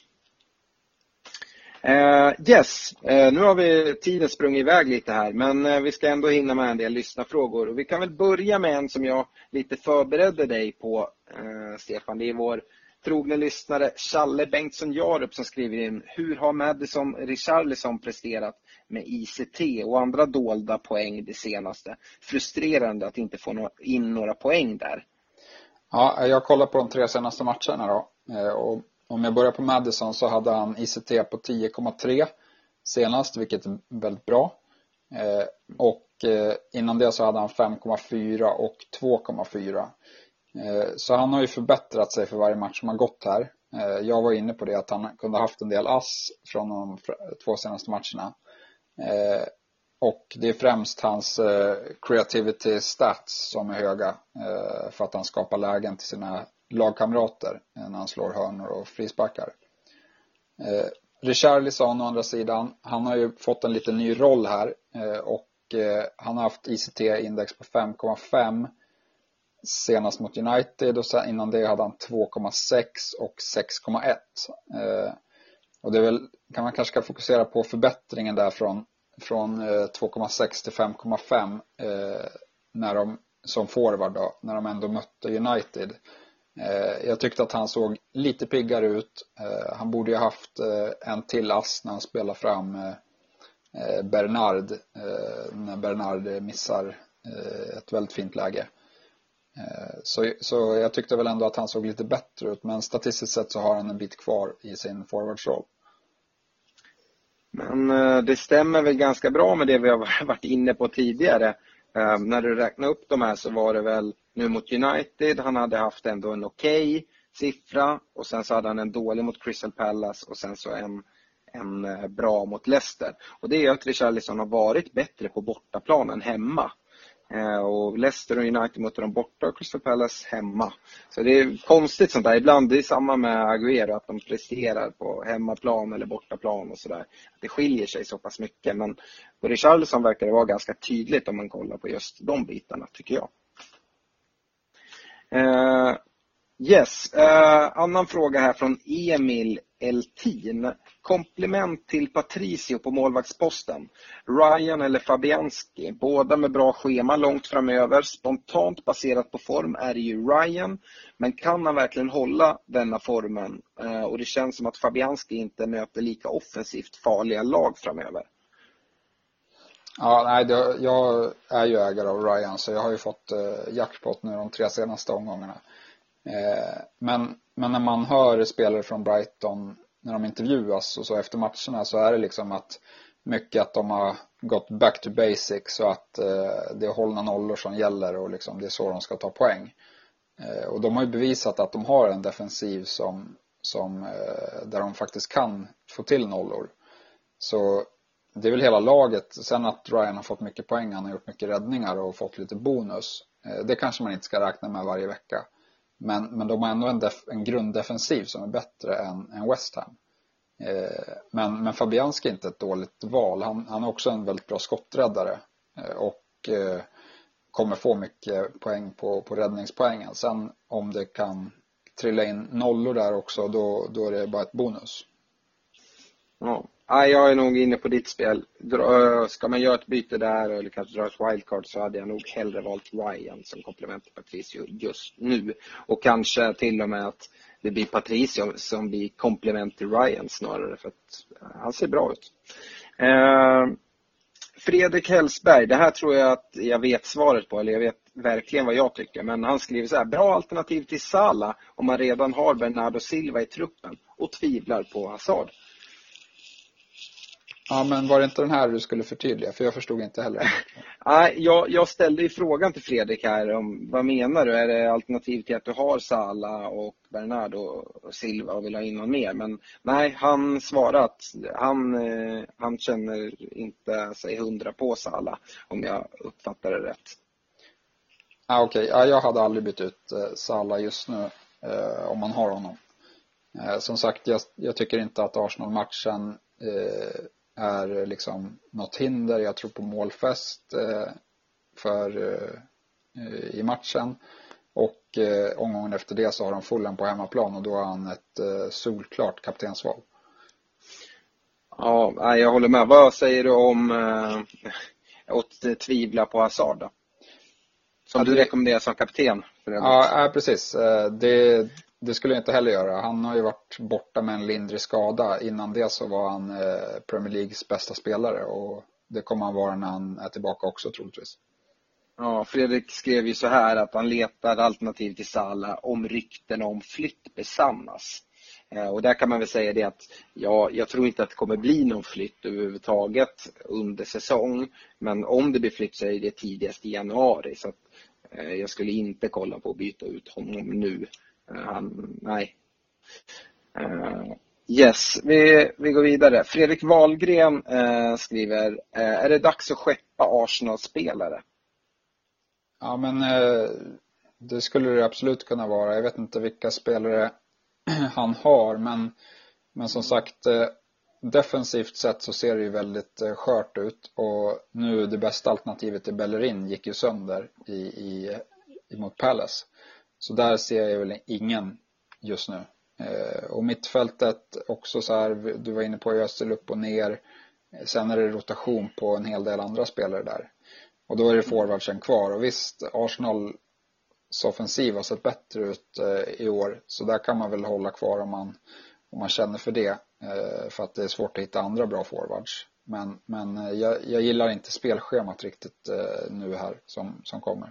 D: Uh, yes, uh, nu har vi tiden sprungit iväg lite här, men uh, vi ska ändå hinna med en del lyssnarfrågor. Och vi kan väl börja med en som jag lite förberedde dig på, uh, Stefan. Det är vår trogna lyssnare Challe Bengtsson Jarup som skriver in: hur har Maddison Richarlison presterat med I C T och andra dolda poäng det senaste? Frustrerande att inte få in några poäng där.
E: Ja, jag kollar på de tre senaste matcherna då, uh, och om jag börjar på Maddison så hade han I C T på tio komma tre senast, vilket är väldigt bra. Eh, och eh, innan det så hade han fem komma fyra och två komma fyra. Eh, så han har ju förbättrat sig för varje match som har gått här. Eh, jag var inne på det att han kunde haft en del ass från de två senaste matcherna. Eh, och det är främst hans eh, creativity stats som är höga eh, för att han skapar lägen till sina lagkamrater när han slår hörnor och frisparkar. Eh, Richarlison å andra sidan, han har ju fått en lite ny roll här och han har haft I C T-index på fem komma fem senast mot United, och sen innan det hade han två komma sex och sex komma ett. Och det är väl, kan man kanske ska fokusera på förbättringen där från, från två komma sex till fem komma fem när de, som forward då, när de ändå mötte United. Jag tyckte att han såg lite piggare ut. Han borde ju haft en till ass när han spelar fram Bernard, när Bernard missar ett väldigt fint läge. Så, så jag tyckte väl ändå att han såg lite bättre ut, men statistiskt sett så har han en bit kvar i sin forwardsroll.
D: Men det stämmer väl ganska bra med det vi har varit inne på tidigare. Um, när du räknar upp de här så var det väl nu mot United, han hade haft ändå en okej okay siffra, och sen så hade han en dålig mot Crystal Palace, och sen så en, en uh, bra mot Leicester. Och det är att Richarlison har varit bättre på bortaplan än hemma. Uh, och Leicester och United möter de borta och Crystal Palace hemma. Så det är konstigt sånt där. Ibland det är samma med Agüero, att de presterar på hemmaplan eller bortaplan och sådär. Det skiljer sig så pass mycket. Men på Richarlison verkar det vara ganska tydligt om man kollar på just de bitarna, tycker jag. Uh, yes, uh, annan fråga här från Emil Eltin. Komplement till Patricio på målvaktsposten. Ryan eller Fabianski, båda med bra schema långt framöver. Spontant baserat på form är det ju Ryan, men kan han verkligen hålla denna formen? Uh, och det känns som att Fabianski inte möter lika offensivt farliga lag framöver.
E: Ja, nej, det, jag är ju ägare av Ryan, så jag har ju fått uh, jackpot nu de tre senaste omgångarna. Uh, men, men när man hör spelare från Brighton när de intervjuas och så efter matcherna, så är det liksom att mycket att de har gått back to basics, och att uh, det är hållna nollor som gäller, och liksom det är så de ska ta poäng. Uh, och de har ju bevisat att de har en defensiv som, som, uh, där de faktiskt kan få till nollor. Så det är väl hela laget. Sen att Ryan har fått mycket poäng, han har gjort mycket räddningar och fått lite bonus. Det kanske man inte ska räkna med varje vecka. Men, men de har ändå en, def, en grunddefensiv som är bättre än, än West Ham. Men, men Fabianski är inte ett dåligt val. Han, han är också en väldigt bra skotträddare. Och kommer få mycket poäng på, på räddningspoängen. Sen om det kan trilla in nollor där också, då, då är det bara ett bonus.
D: Ja. Ja, jag är nog inne på ditt spel. Ska man göra ett byte där eller kanske dra ett wildcard, så hade jag nog hellre valt Ryan som komplement till Patricio just nu. Och kanske till och med att det blir Patricio som blir komplement till Ryan snarare, för att han ser bra ut. Eh, Fredrik Hellsberg, det här tror jag att jag vet svaret på, eller jag vet verkligen vad jag tycker. Men han skriver så här: bra alternativ till Salah om man redan har Bernardo Silva i truppen och tvivlar på Hazard.
E: Ja, men var det inte den här du skulle förtydliga? För jag förstod inte heller.
D: Nej, jag, jag ställde ju frågan till Fredrik här om vad menar du? Är det alternativ till att du har Salah och Bernardo Silva och vill ha in någon mer? Men nej, han svarade att han, eh, han känner inte sig hundra på Salah, om jag uppfattar det rätt.
E: Ah, Okej, okay. Ja, jag hade aldrig bytt ut eh, Salah just nu eh, om man har honom. Eh, som sagt, jag, jag tycker inte att Arsenal-matchen eh, är liksom något hinder. Jag tror på målfest eh, för eh, i matchen, och eh, omgången efter det så har de Fulham på hemmaplan, och då har han ett eh, solklart kaptensval.
D: Ja, jag håller med. Vad säger du om eh, att tvivla på Hazard då? Som ja, du det... rekommenderar som kapten för det.
E: Ja, ja, precis. Det Det skulle jag inte heller göra. Han har ju varit borta med en lindrig skada. Innan det så var han eh, Premier Leagues bästa spelare, och det kommer han vara när han är tillbaka också troligtvis.
D: Ja, Fredrik skrev ju så här att han letar alternativ till Salah om rykten om flytt besannas. Eh, och där kan man väl säga det att ja, jag tror inte att det kommer bli någon flytt överhuvudtaget under säsong. Men om det blir flytt så är det tidigast i januari. Så att, eh, jag skulle inte kolla på att byta ut honom nu. Han, nej. Uh, yes, vi, vi går vidare. Fredrik Wahlgren uh, skriver: uh, är det dags att skeppa Arsenal-spelare?
E: Ja, men uh, det skulle det absolut kunna vara. Jag vet inte vilka spelare han har, men, men som sagt, uh, defensivt sett så ser det ju väldigt eh, skört ut. Och nu det bästa alternativet i Bellerin gick ju sönder i, i, mot Palace. Så där ser jag väl ingen just nu. Eh, och mittfältet också så här, du var inne på Ösel upp och ner. Sen är det rotation på en hel del andra spelare där. Och då är det forwardsen kvar. Och visst, Arsenals offensiv har sett bättre ut eh, i år. Så där kan man väl hålla kvar om man, om man känner för det. Eh, för att det är svårt att hitta andra bra forwards. Men, men eh, jag, jag gillar inte spelschemat riktigt eh, nu här som, som kommer.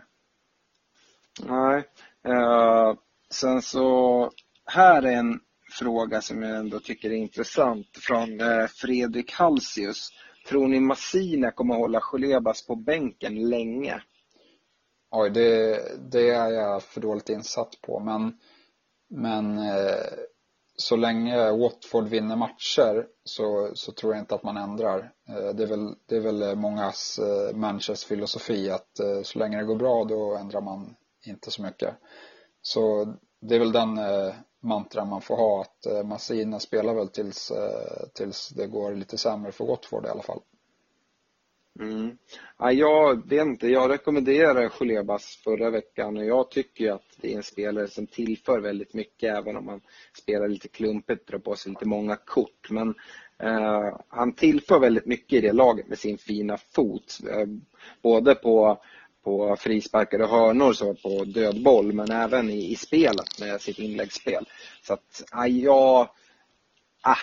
D: Nej. Uh, sen så här är en fråga som jag ändå tycker är intressant från uh, Fredrik Halsius. Tror ni Massina kommer hålla Cholebas på bänken länge?
E: Oj, det, det är jag för dåligt insatt på. Men, men uh, så länge Watford vinner matcher så, så tror jag inte att man ändrar. Uh, det är väl, det är väl mångas uh, Manchesters filosofi att uh, så länge det går bra då ändrar man inte så mycket. Så det är väl den uh, mantra man får ha, att uh, Massina spelar väl tills, uh, tills det går lite sämre för Watford i alla fall.
D: Mm. Ja, jag vet inte, jag rekommenderar Cholebas förra veckan och jag tycker att det är en spelare som tillför väldigt mycket, även om man spelar lite klumpigt, drar på sig lite många kort. Men eh, han tillför väldigt mycket i det laget med sin fina fot, eh, både på, på frisparkar och hörnor, så på dödboll, men även i, i spelet med sitt inläggsspel. Så att ja, jag... Ah,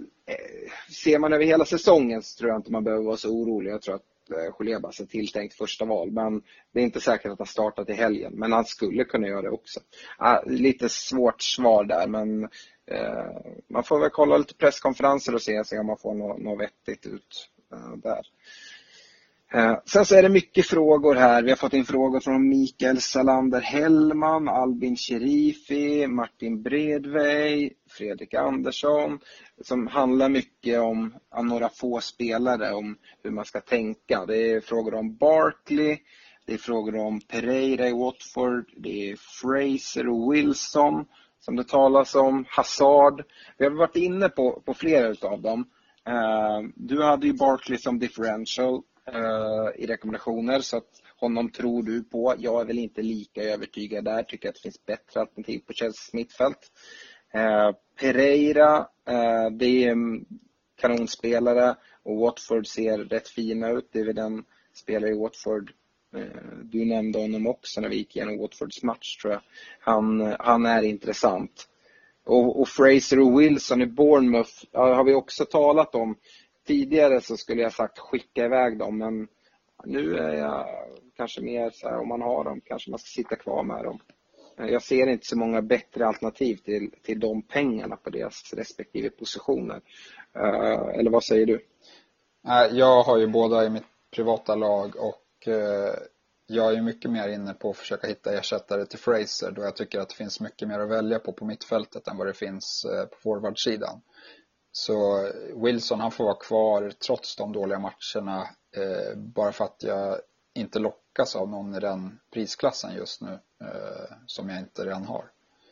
D: ser man över hela säsongen så tror jag inte man behöver vara så orolig. Jag tror att Cholebas är tilltänkt första val, men det är inte säkert att han startat i helgen, men han skulle kunna göra det också. Ah, lite svårt svar där, men eh, man får väl kolla lite presskonferenser och se, se om man får något, något vettigt ut eh, där. Eh, sen så är det mycket frågor här. Vi har fått in frågor från Mikael Salander Hellman, Albin Sherifi, Martin Bredvej, Fredrik Andersson, som handlar mycket om, om några få spelare, om hur man ska tänka. Det är frågor om Barkley, det är frågor om Pereira i Watford, det är Fraser och Wilson som det talas om, Hazard. Vi har varit inne på, på flera av dem. Eh, du hade ju Barkley som differential i rekommendationer, så att honom tror du på. Jag är väl inte lika övertygad där, tycker att det finns bättre alternativ på Chelsea mittfält. eh, Pereira, eh, det är en kanonspelare och Watford ser rätt fina ut. Det är väl den spelare i Watford, eh, du nämnde honom också när vi gick igenom Watfords match, tror jag. Han, han är intressant. Och, och Fraser och Wilson i Bournemouth ja, har vi också talat om. Tidigare så skulle jag sagt skicka iväg dem, men nu är jag kanske mer så här, om man har dem kanske man ska sitta kvar med dem. Jag ser inte så många bättre alternativ till, till de pengarna på deras respektive positioner. Uh, eller vad säger du?
E: Jag har ju båda i mitt privata lag och uh, jag är mycket mer inne på att försöka hitta ersättare till Fraser, då jag tycker att det finns mycket mer att välja på på mittfältet än vad det finns uh, på forwardsidan. Så Wilson, han får vara kvar trots de dåliga matcherna, eh, bara för att jag inte lockas av någon i den prisklassen just nu eh, som jag inte redan har.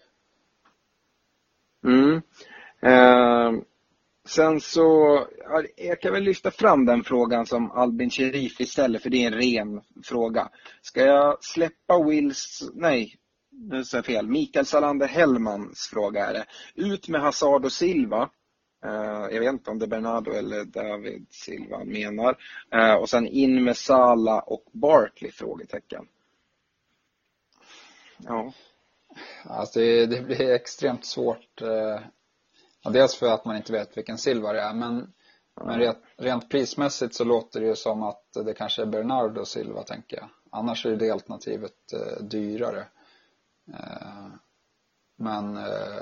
D: Mm. Eh, sen så jag kan väl lyfta fram den frågan som Albin Sherifi ställer, för det är en ren fråga. Ska jag släppa Wills... Nej, nu sa jag fel. Mikael Salander Hellmans fråga är det. Ut med Hazard och Silva. Uh, jag vet inte om det är Bernardo eller David Silva menar. Uh, och sen in med Salah och Barkley, frågetecken. Ja.
E: Alltså det, det blir extremt svårt. Uh, dels för att man inte vet vilken Silva det är. Men, uh. men rent, rent prismässigt så låter det ju som att det kanske är Bernardo Silva, tänker jag. Annars är det alternativet uh, dyrare. Uh, men... Uh,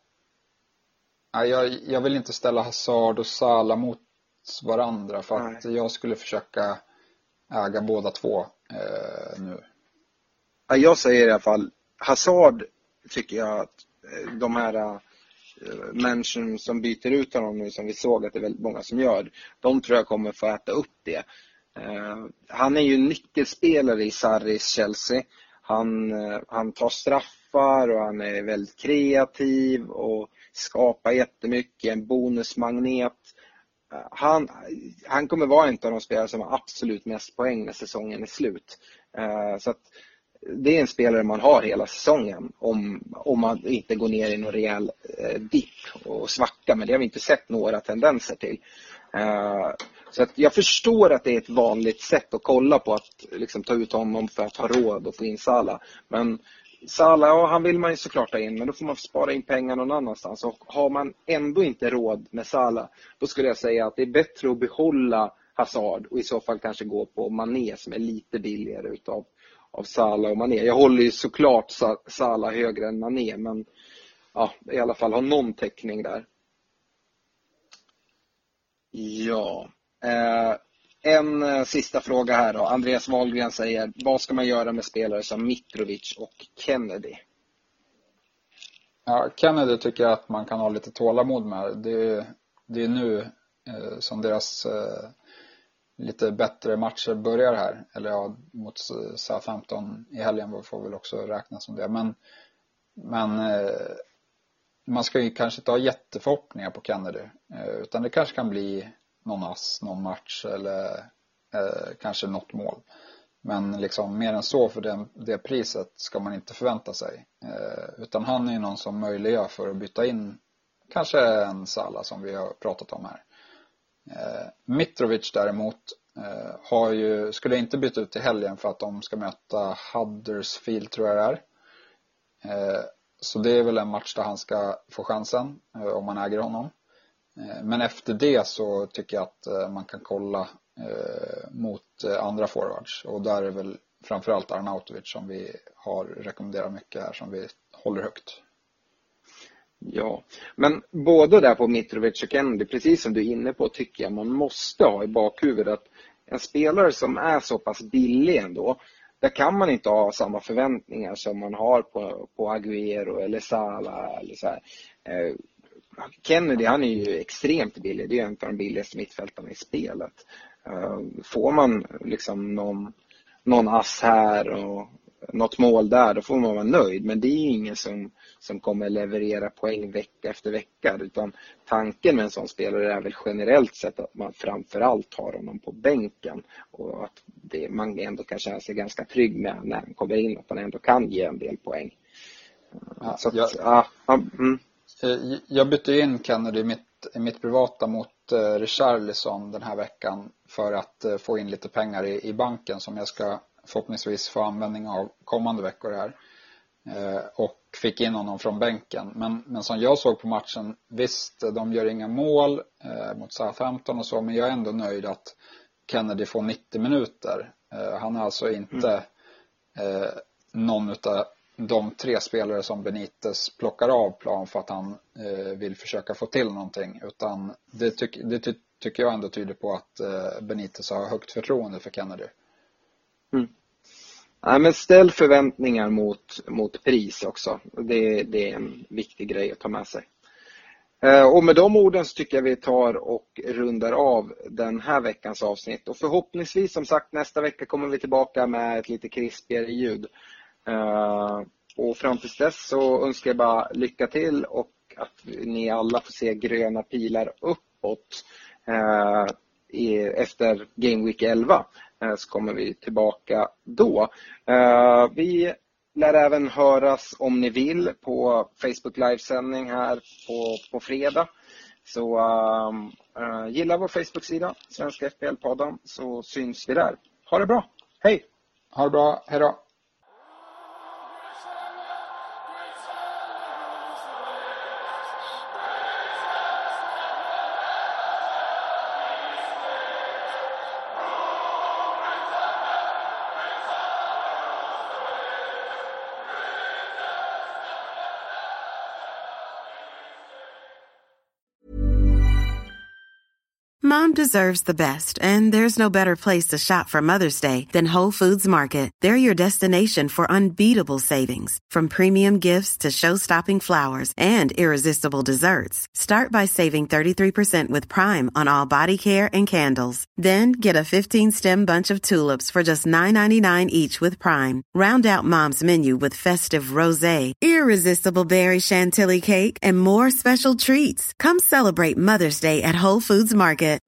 E: Jag, jag vill inte ställa Hazard och Salah mot varandra, för att Nej. jag skulle försöka äga båda två eh, nu.
D: Jag säger i alla fall, Hazard tycker jag att de här äh, människor som byter ut honom nu, som vi såg att det är väldigt många som gör, de tror jag kommer få äta upp det. Uh, han är ju nyckelspelare i Sarris Chelsea. Han, uh, han tar straffar och han är väldigt kreativ och skapar jättemycket, en bonusmagnet. han, han kommer vara en av de spelare som har absolut mest poäng när säsongen är slut. Så att det är en spelare man har hela säsongen om, om man inte går ner i någon rejäl dipp och svacka. Men det har vi inte sett några tendenser till. Så att jag förstår att det är ett vanligt sätt att kolla på att liksom ta ut honom för att ha råd och få in Salah. Men Salah, ja, han vill man ju såklart ta in, men då får man spara in pengar någon annanstans. Och har man ändå inte råd med Salah, då skulle jag säga att det är bättre att behålla Hazard och i så fall kanske gå på Mané som är lite billigare utav av Salah och Mané. Jag håller ju såklart Salah högre än Mané, men ja, i alla fall har någon täckning där. Ja, eh, en eh, sista fråga här då. Andreas Wahlgren säger, vad ska man göra med spelare som Mitrovic och Kennedy?
E: Ja, Kennedy tycker jag att man kan ha lite tålamod med. Det, det är nu eh, som deras eh, lite bättre matcher börjar här. Eller ja, mot Southampton i helgen får väl också räknas som det. Men, men eh, man ska ju kanske inte ha jätteförhoppningar på Kennedy. Eh, utan det kanske kan bli någon ass, någon match eller eh, kanske något mål. Men liksom mer än så för det, det priset ska man inte förvänta sig. Eh, utan han är ju någon som möjliggör för att byta in kanske en Salah som vi har pratat om här. Eh, Mitrovic däremot eh, har ju, skulle inte byta ut till helgen för att de ska möta Huddersfield tror jag det är. Eh, så det är väl en match där han ska få chansen eh, om man äger honom. Eh, men efter det så tycker jag att eh, man kan kolla eh, mot eh, andra forwards. Och där är väl framförallt Arnautovic som vi har rekommenderat mycket här som vi håller högt.
D: Ja, men både där på Mitrovic och Kennedy, precis som du är inne på, tycker jag man måste ha i bakhuvudet att en spelare som är så pass billig ändå, där kan man inte ha samma förväntningar som man har på, på Agüero eller Salah eller så här. Eh, Kennedy, han är ju extremt billig, det är en av de billigaste mittfältarna i spelet. Eh, får man liksom någon, någon ass här och något mål där, då får man vara nöjd. Men det är ingen som, som kommer leverera poäng vecka efter vecka. Utan tanken med en sån spelare är väl generellt sett att man framförallt har honom på bänken. Och att det, man ändå kan känna sig ganska trygg med när han kommer in. Att han ändå kan ge en del poäng.
E: Ja,
D: Så att,
E: jag,
D: ja, mm.
E: jag bytte in Kennedy i mitt, i mitt privata mot uh, Richarlison den här veckan. För att uh, få in lite pengar i, i banken som jag ska förhoppningsvis få användning av kommande veckor här. Eh, och fick in honom från bänken. Men, men som jag såg på matchen, visst, de gör inga mål eh, mot Southampton och så, men jag är ändå nöjd att Kennedy får nittio minuter. Eh, han är alltså inte eh, någon av de tre spelare som Benitez plockar av plan för att han eh, vill försöka få till någonting. Utan det, tyck, det ty, tycker jag ändå tyder på att eh, Benitez har högt förtroende för Kennedy.
D: Mm. Nej, men ställ förväntningar mot, mot pris också. Det, det är en viktig grej att ta med sig. Eh, och med de orden så tycker jag vi tar och rundar av den här veckans avsnitt. Och förhoppningsvis, som sagt, nästa vecka kommer vi tillbaka med ett lite krispigare ljud. Eh, och fram tills dess så önskar jag bara lycka till och att ni alla får se gröna pilar uppåt eh, i, efter Game Week elva. Så kommer vi tillbaka då. Vi lär även höras om ni vill på Facebook livesändning här på, på fredag. Så uh, gilla vår Facebook-sida, Svenska F P L-podden, så syns vi där. Ha det bra. Hej!
E: Ha det bra. Hej då!
F: Mom deserves the best, and there's no better place to shop for Mother's Day than Whole Foods Market. They're your destination for unbeatable savings, from premium gifts to show-stopping flowers and irresistible desserts. Start by saving thirty-three percent with Prime on all body care and candles. Then get a fifteen-stem bunch of tulips for just nine ninety-nine each with Prime. Round out Mom's menu with festive rosé, irresistible berry chantilly cake, and more special treats. Come celebrate Mother's Day at Whole Foods Market.